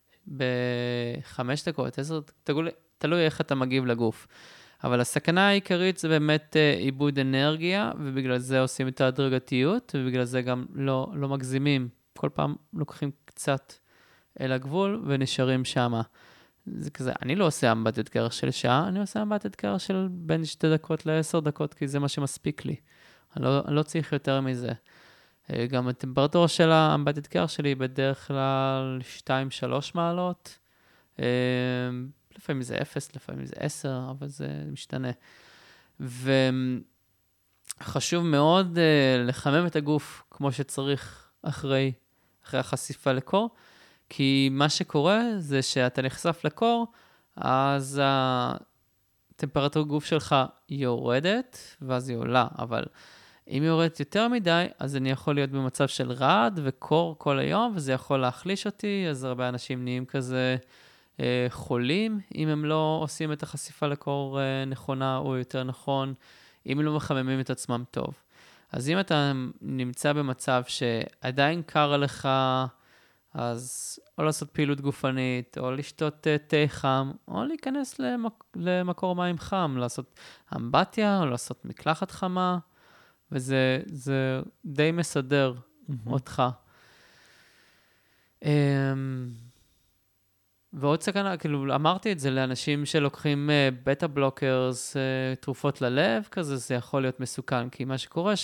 בחמש דקות, עשר, תלוי איך אתה מגיב לגוף. אבל הסכנה העיקרית זה באמת איבוד אנרגיה, ובגלל זה עושים את ההדרגתיות, ובגלל זה גם לא, לא מגזימים. כל פעם לוקחים קצת אל הגבול ונשארים שמה. זה כזה, אני לא עושה אמבטיית קרח של שעה, אני עושה אמבטיית קרח של בין שתי דקות לעשר דקות, כי זה מה שמספיק לי. אני לא, אני לא צריך יותר מזה. גם הטמפרטורה של האמבטיית קרח שלי בדרך כלל שתיים שלוש מעלות. לפעמים זה אפס, לפעמים זה עשר, אבל זה משתנה. וחשוב מאוד לחמם את הגוף כמו שצריך אחרי, אחרי החשיפה לקור, כי מה שקורה זה שאתה נחשף לקור, אז הטמפרטורה גוף שלך יורדת, ואז היא עולה, אבל אם היא יורדת יותר מדי, אז אני יכול להיות במצב של רעד וקור כל היום, וזה יכול להחליש אותי, אז הרבה אנשים נהיים כזה אה, חולים, אם הם לא עושים את החשיפה לקור אה, נכונה, או יותר נכון, אם הם לא מחממים את עצמם טוב. אז אם אתה נמצא במצב שעדיין קר לך, אז או לעשות פעילות גופנית, או לשתות תה חם, או להיכנס למק... למקור מים חם, לעשות אמבטיה, או לעשות מקלחת חמה, וזה זה די מסדר mm-hmm. אותך. Um, ועוד סכנה, כאילו אמרתי את זה לאנשים שלוקחים uh, בטה בלוקרס, uh, תרופות ללב, כזה זה יכול להיות מסוכן, כי מה שקורה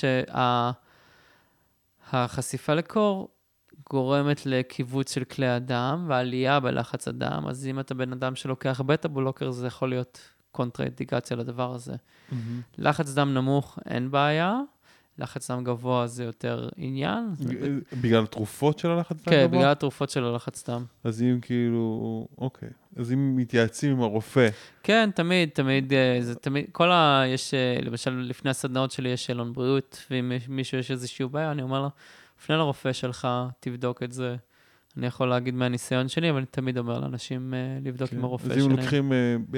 שהחשיפה לקור, גורמת לקיבוץ של כלי הדם, ועלייה בלחץ הדם, אז אם אתה בן אדם שלוקח בטה בלוקר, זה יכול להיות קונטרה-אינדיקציה לדבר הזה. Mm-hmm. לחץ דם נמוך, אין בעיה, לחץ דם גבוה זה יותר עניין. בגלל התרופות של הלחץ דם כן, גבוה? כן, בגלל התרופות של הלחץ דם. אז אם כאילו, אוקיי, אז אם מתייעצים עם הרופא. כן, תמיד, תמיד, זה תמיד, כל ה... יש, למשל, לפני הסדנאות שלי יש שאלון בריאות, ואם מישהו יש איזושהי בעיה, אני אומר לה, לפני לרופא שלך, תבדוק את זה. אני יכול להגיד מהניסיון שלי, אבל אני תמיד אומר לאנשים לבדוק עם הרופא שלהם. אז אם לוקחים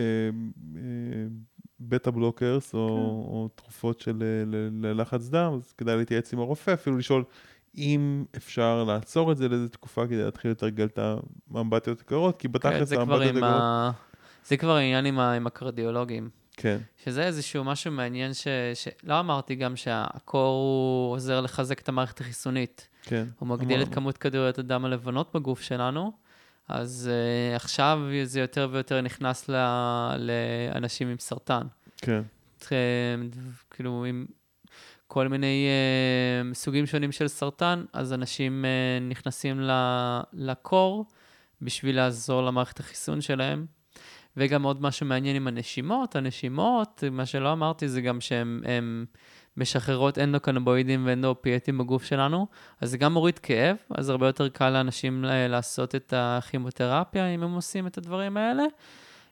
בטה בלוקרס או תרופות של לחץ דם, אז כדאי להתייעץ עם הרופא, אפילו לשאול אם אפשר לעצור את זה לאיזו תקופה, כדי להתחיל לתרגל את האמבטיות הקרות, כי בתכלס האמבטיות הקרות... זה כבר העניין עם הקרדיולוגים. כן. שזה איזשהו משהו מעניין ש... שלא אמרתי גם שהקור הוא עוזר לחזק את המערכת החיסונית. כן. הוא מגדיל את כמות כדוריות הדם הלבנות בגוף שלנו, אז uh, עכשיו זה יותר ויותר נכנס ל... לאנשים עם סרטן. כן. כאילו עם כל מיני uh, סוגים שונים של סרטן, אז אנשים uh, נכנסים ל... לקור בשביל לעזור למערכת החיסון שלהם. וגם עוד משהו מעניין עם הנשימות, הנשימות, מה שלא אמרתי זה גם שהן משחררות אנדוקנבואידים ואנדואופיאטים בגוף שלנו, אז זה גם מוריד כאב, אז הרבה יותר קל לאנשים לעשות את הכימותרפיה, אם הם עושים את הדברים האלה,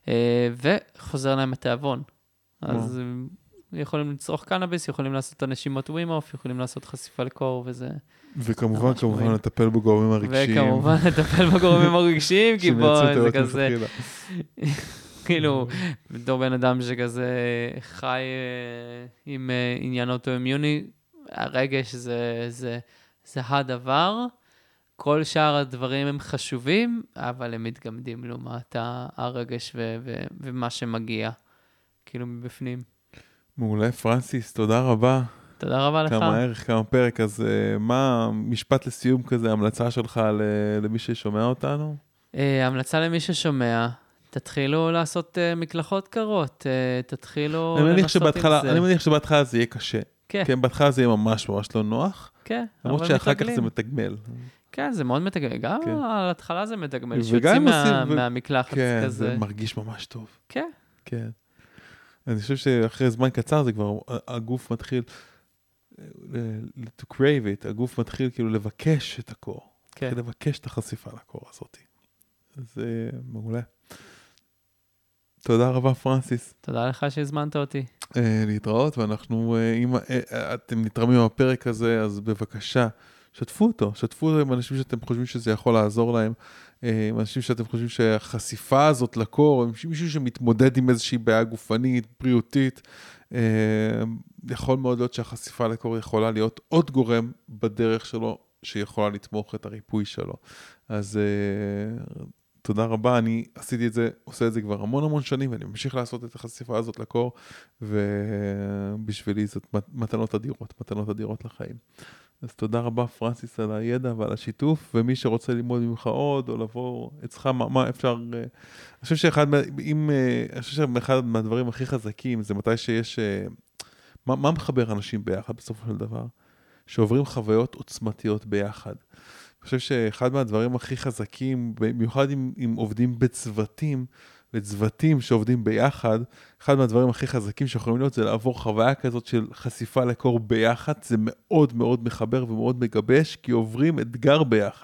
וחוזר להם התיאבון. אז הם יכולים לצרוך קנאביס, יכולים לעשות הנשימות ווימוף, יכולים לעשות חשיפה לקור, וזה... וכמובן, כמובן, לטפל בגורמים הרגשיים. וכמובן, לטפל בגורמים הרגשיים, כי בוא, זה כזה... כאילו, בתור בן אדם שכזה חי עם עניין אוטואימיוני, הרגש זה, זה, זה הדבר. כל שאר הדברים הם חשובים, אבל הם מתגמדים לעומת הרגש ו- ו- ומה שמגיע, כאילו מבפנים. מעולה, פרנסיס, תודה רבה. תודה רבה לך. כמה ערך, כמה פרק, אז מה משפט לסיום כזה, המלצה שלך למי ששומע אותנו? המלצה למי ששומע, תתחילו לעשות מקלחות קרות, תתחילו לנסות את זה. אני מניח שבהתחלה זה יהיה קשה. כן. כן, בהתחלה זה יהיה ממש ממש לא נוח. כן, אבל למרות שאחר כך זה מתגמל. כן, זה מאוד מתגמל. גם על ההתחלה זה מתגמל, שיוצאים מהמקלחת כזה. כן, זה מרגיש ממש טוב. כן. כן. אני חושב שאחרי זמן קצר זה כבר, הגוף מתחיל to crave it, הגוף מתחיל כאילו לבקש את הקור. כן. מתחיל לבקש את החשיפה לקור הזאת. זה מעולה. תודה רבה, פרנסיס. תודה לך שהזמנת אותי. להתראות, ואנחנו, אם אתם נתרמים מהפרק הזה, אז בבקשה, שתפו אותו, שתפו אותו עם אנשים שאתם חושבים שזה יכול לעזור להם, עם אנשים שאתם חושבים שהחשיפה הזאת לקור, עם מישהו שמתמודד עם איזושהי בעיה גופנית, בריאותית, יכול מאוד להיות שהחשיפה לקור יכולה להיות עוד גורם בדרך שלו, שיכולה לתמוך את הריפוי שלו. אז תודה רבה, אני עשיתי את זה, עושה את זה כבר המון המון שנים, ואני ממשיך לעשות את החשיפה הזאת לקור, ובשבילי זאת מתנות אדירות, מתנות אדירות לחיים. אז תודה רבה, פרנסיס, על הידע ועל השיתוף, ומי שרוצה ללמוד ממך עוד, או לבוא אצלך, מה, מה אפשר... אני חושב שאחד, אם, אני חושב שאחד מהדברים הכי חזקים, זה מתי שיש... מה, מה מחבר אנשים ביחד בסופו של דבר? שעוברים חוויות עוצמתיות ביחד. אני חושב שאחד מהדברים הכי חזקים, במיוחד אם, אם עובדים בצוותים, לצוותים שעובדים ביחד, אחד מהדברים הכי חזקים שיכולים להיות זה לעבור חוויה כזאת של חשיפה לקור ביחד, זה מאוד מאוד מחבר ומאוד מגבש, כי עוברים אתגר ביחד.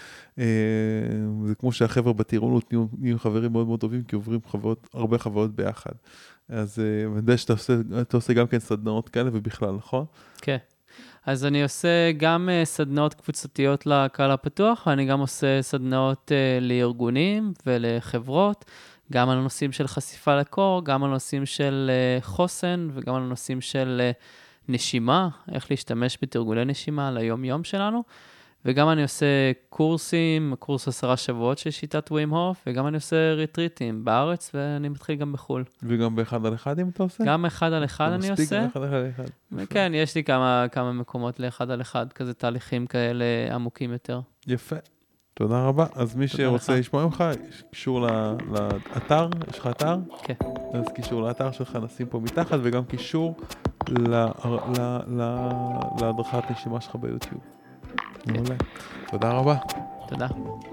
זה כמו שהחבר'ה בטירונות נהיו, נהיו חברים מאוד מאוד טובים, כי עוברים חוויות, הרבה חוויות ביחד. אז אני יודע שאתה עושה, אתה עושה גם כן סדנאות כאלה ובכלל, נכון? כן. אז אני עושה גם סדנאות קבוצתיות לקהל הפתוח, ואני גם עושה סדנאות לארגונים ולחברות, גם על הנושאים של חשיפה לקור, גם על הנושאים של חוסן, וגם על הנושאים של נשימה, איך להשתמש בתרגולי נשימה ליום-יום שלנו, וגם אני עושה קורסים, קורס עשרה שבועות של שיטת ווים הוף, וגם אני עושה ריטריטים בארץ, ואני מתחיל גם בחול. וגם באחד על אחד אם אתה עושה? גם אחד על אחד אני עושה. מספיק באחד על אחד. כן, יש לי כמה, כמה מקומות לאחד על אחד, כזה תהליכים כאלה עמוקים יותר. יפה. תודה רבה. אז מי שרוצה לשמוע ממך, קישור לאתר, יש לך אתר? כן. אז קישור לאתר שלך נשים פה מתחת, וגם קישור להדרכת נשימה שלך ביוטיוב. מעולה. תודה רבה. תודה.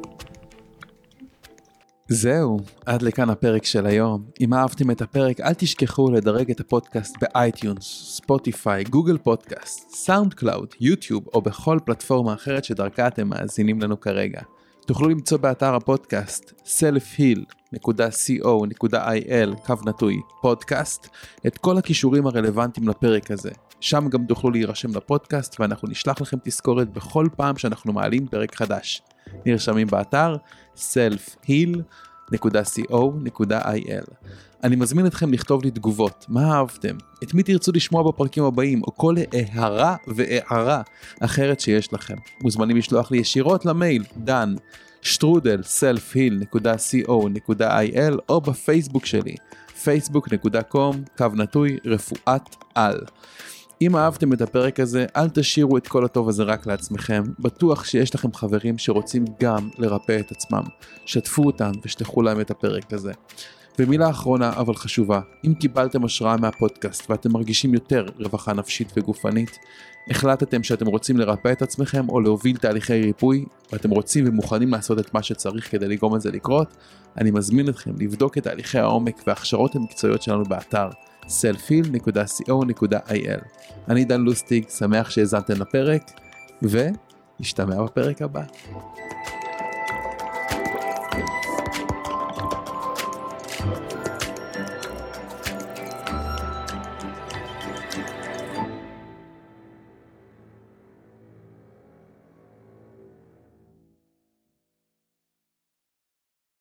זהו, עד לכאן הפרק של היום. אם אהבתם את הפרק, אל תשכחו לדרג את הפודקאסט באייטיונס, ספוטיפיי, גוגל פודקאסט, סאונד קלאוד, יוטיוב או בכל פלטפורמה אחרת שדרכה אתם מאזינים לנו כרגע. תוכלו למצוא באתר הפודקאסט סלף היל נקודה קו נקודה איי אל קו נטוי פודקאסט את כל הכישורים הרלוונטיים לפרק הזה. שם גם תוכלו להירשם לפודקאסט ואנחנו נשלח לכם תזכורת בכל פעם שאנחנו מעלים פרק חדש. נרשמים באתר סלף היל נקודה קו נקודה איי אל. אני מזמין אתכם לכתוב לי תגובות, מה אהבתם? את מי תרצו לשמוע בפרקים הבאים, או כל הערה והערה אחרת שיש לכם. מוזמנים לשלוח לי ישירות למייל, דן, שטרודל, סלף היל נקודה קו נקודה איי אל, או בפייסבוק שלי, פייסבוק נקודה קום, קו נטוי, רפואת על. אם אהבתם את הפרק הזה, אל תשאירו את כל הטוב הזה רק לעצמכם. בטוח שיש לכם חברים שרוצים גם לרפא את עצמם. שתפו אותם ושלחו להם את הפרק הזה. ומילה אחרונה אבל חשובה, אם קיבלתם השראה מהפודקאסט ואתם מרגישים יותר רווחה נפשית וגופנית, החלטתם שאתם רוצים לרפא את עצמכם או להוביל תהליכי ריפוי, ואתם רוצים ומוכנים לעשות את מה שצריך כדי לגרום את זה לקרות, אני מזמין אתכם לבדוק את תהליכי העומק וההכשרות המקצועיות שלנו באתר סלף היל נקודה קו נקודה איי אל. אני דן לוסטיג, שמח שהזנתם לפרק, ונשתמע בפרק הבא.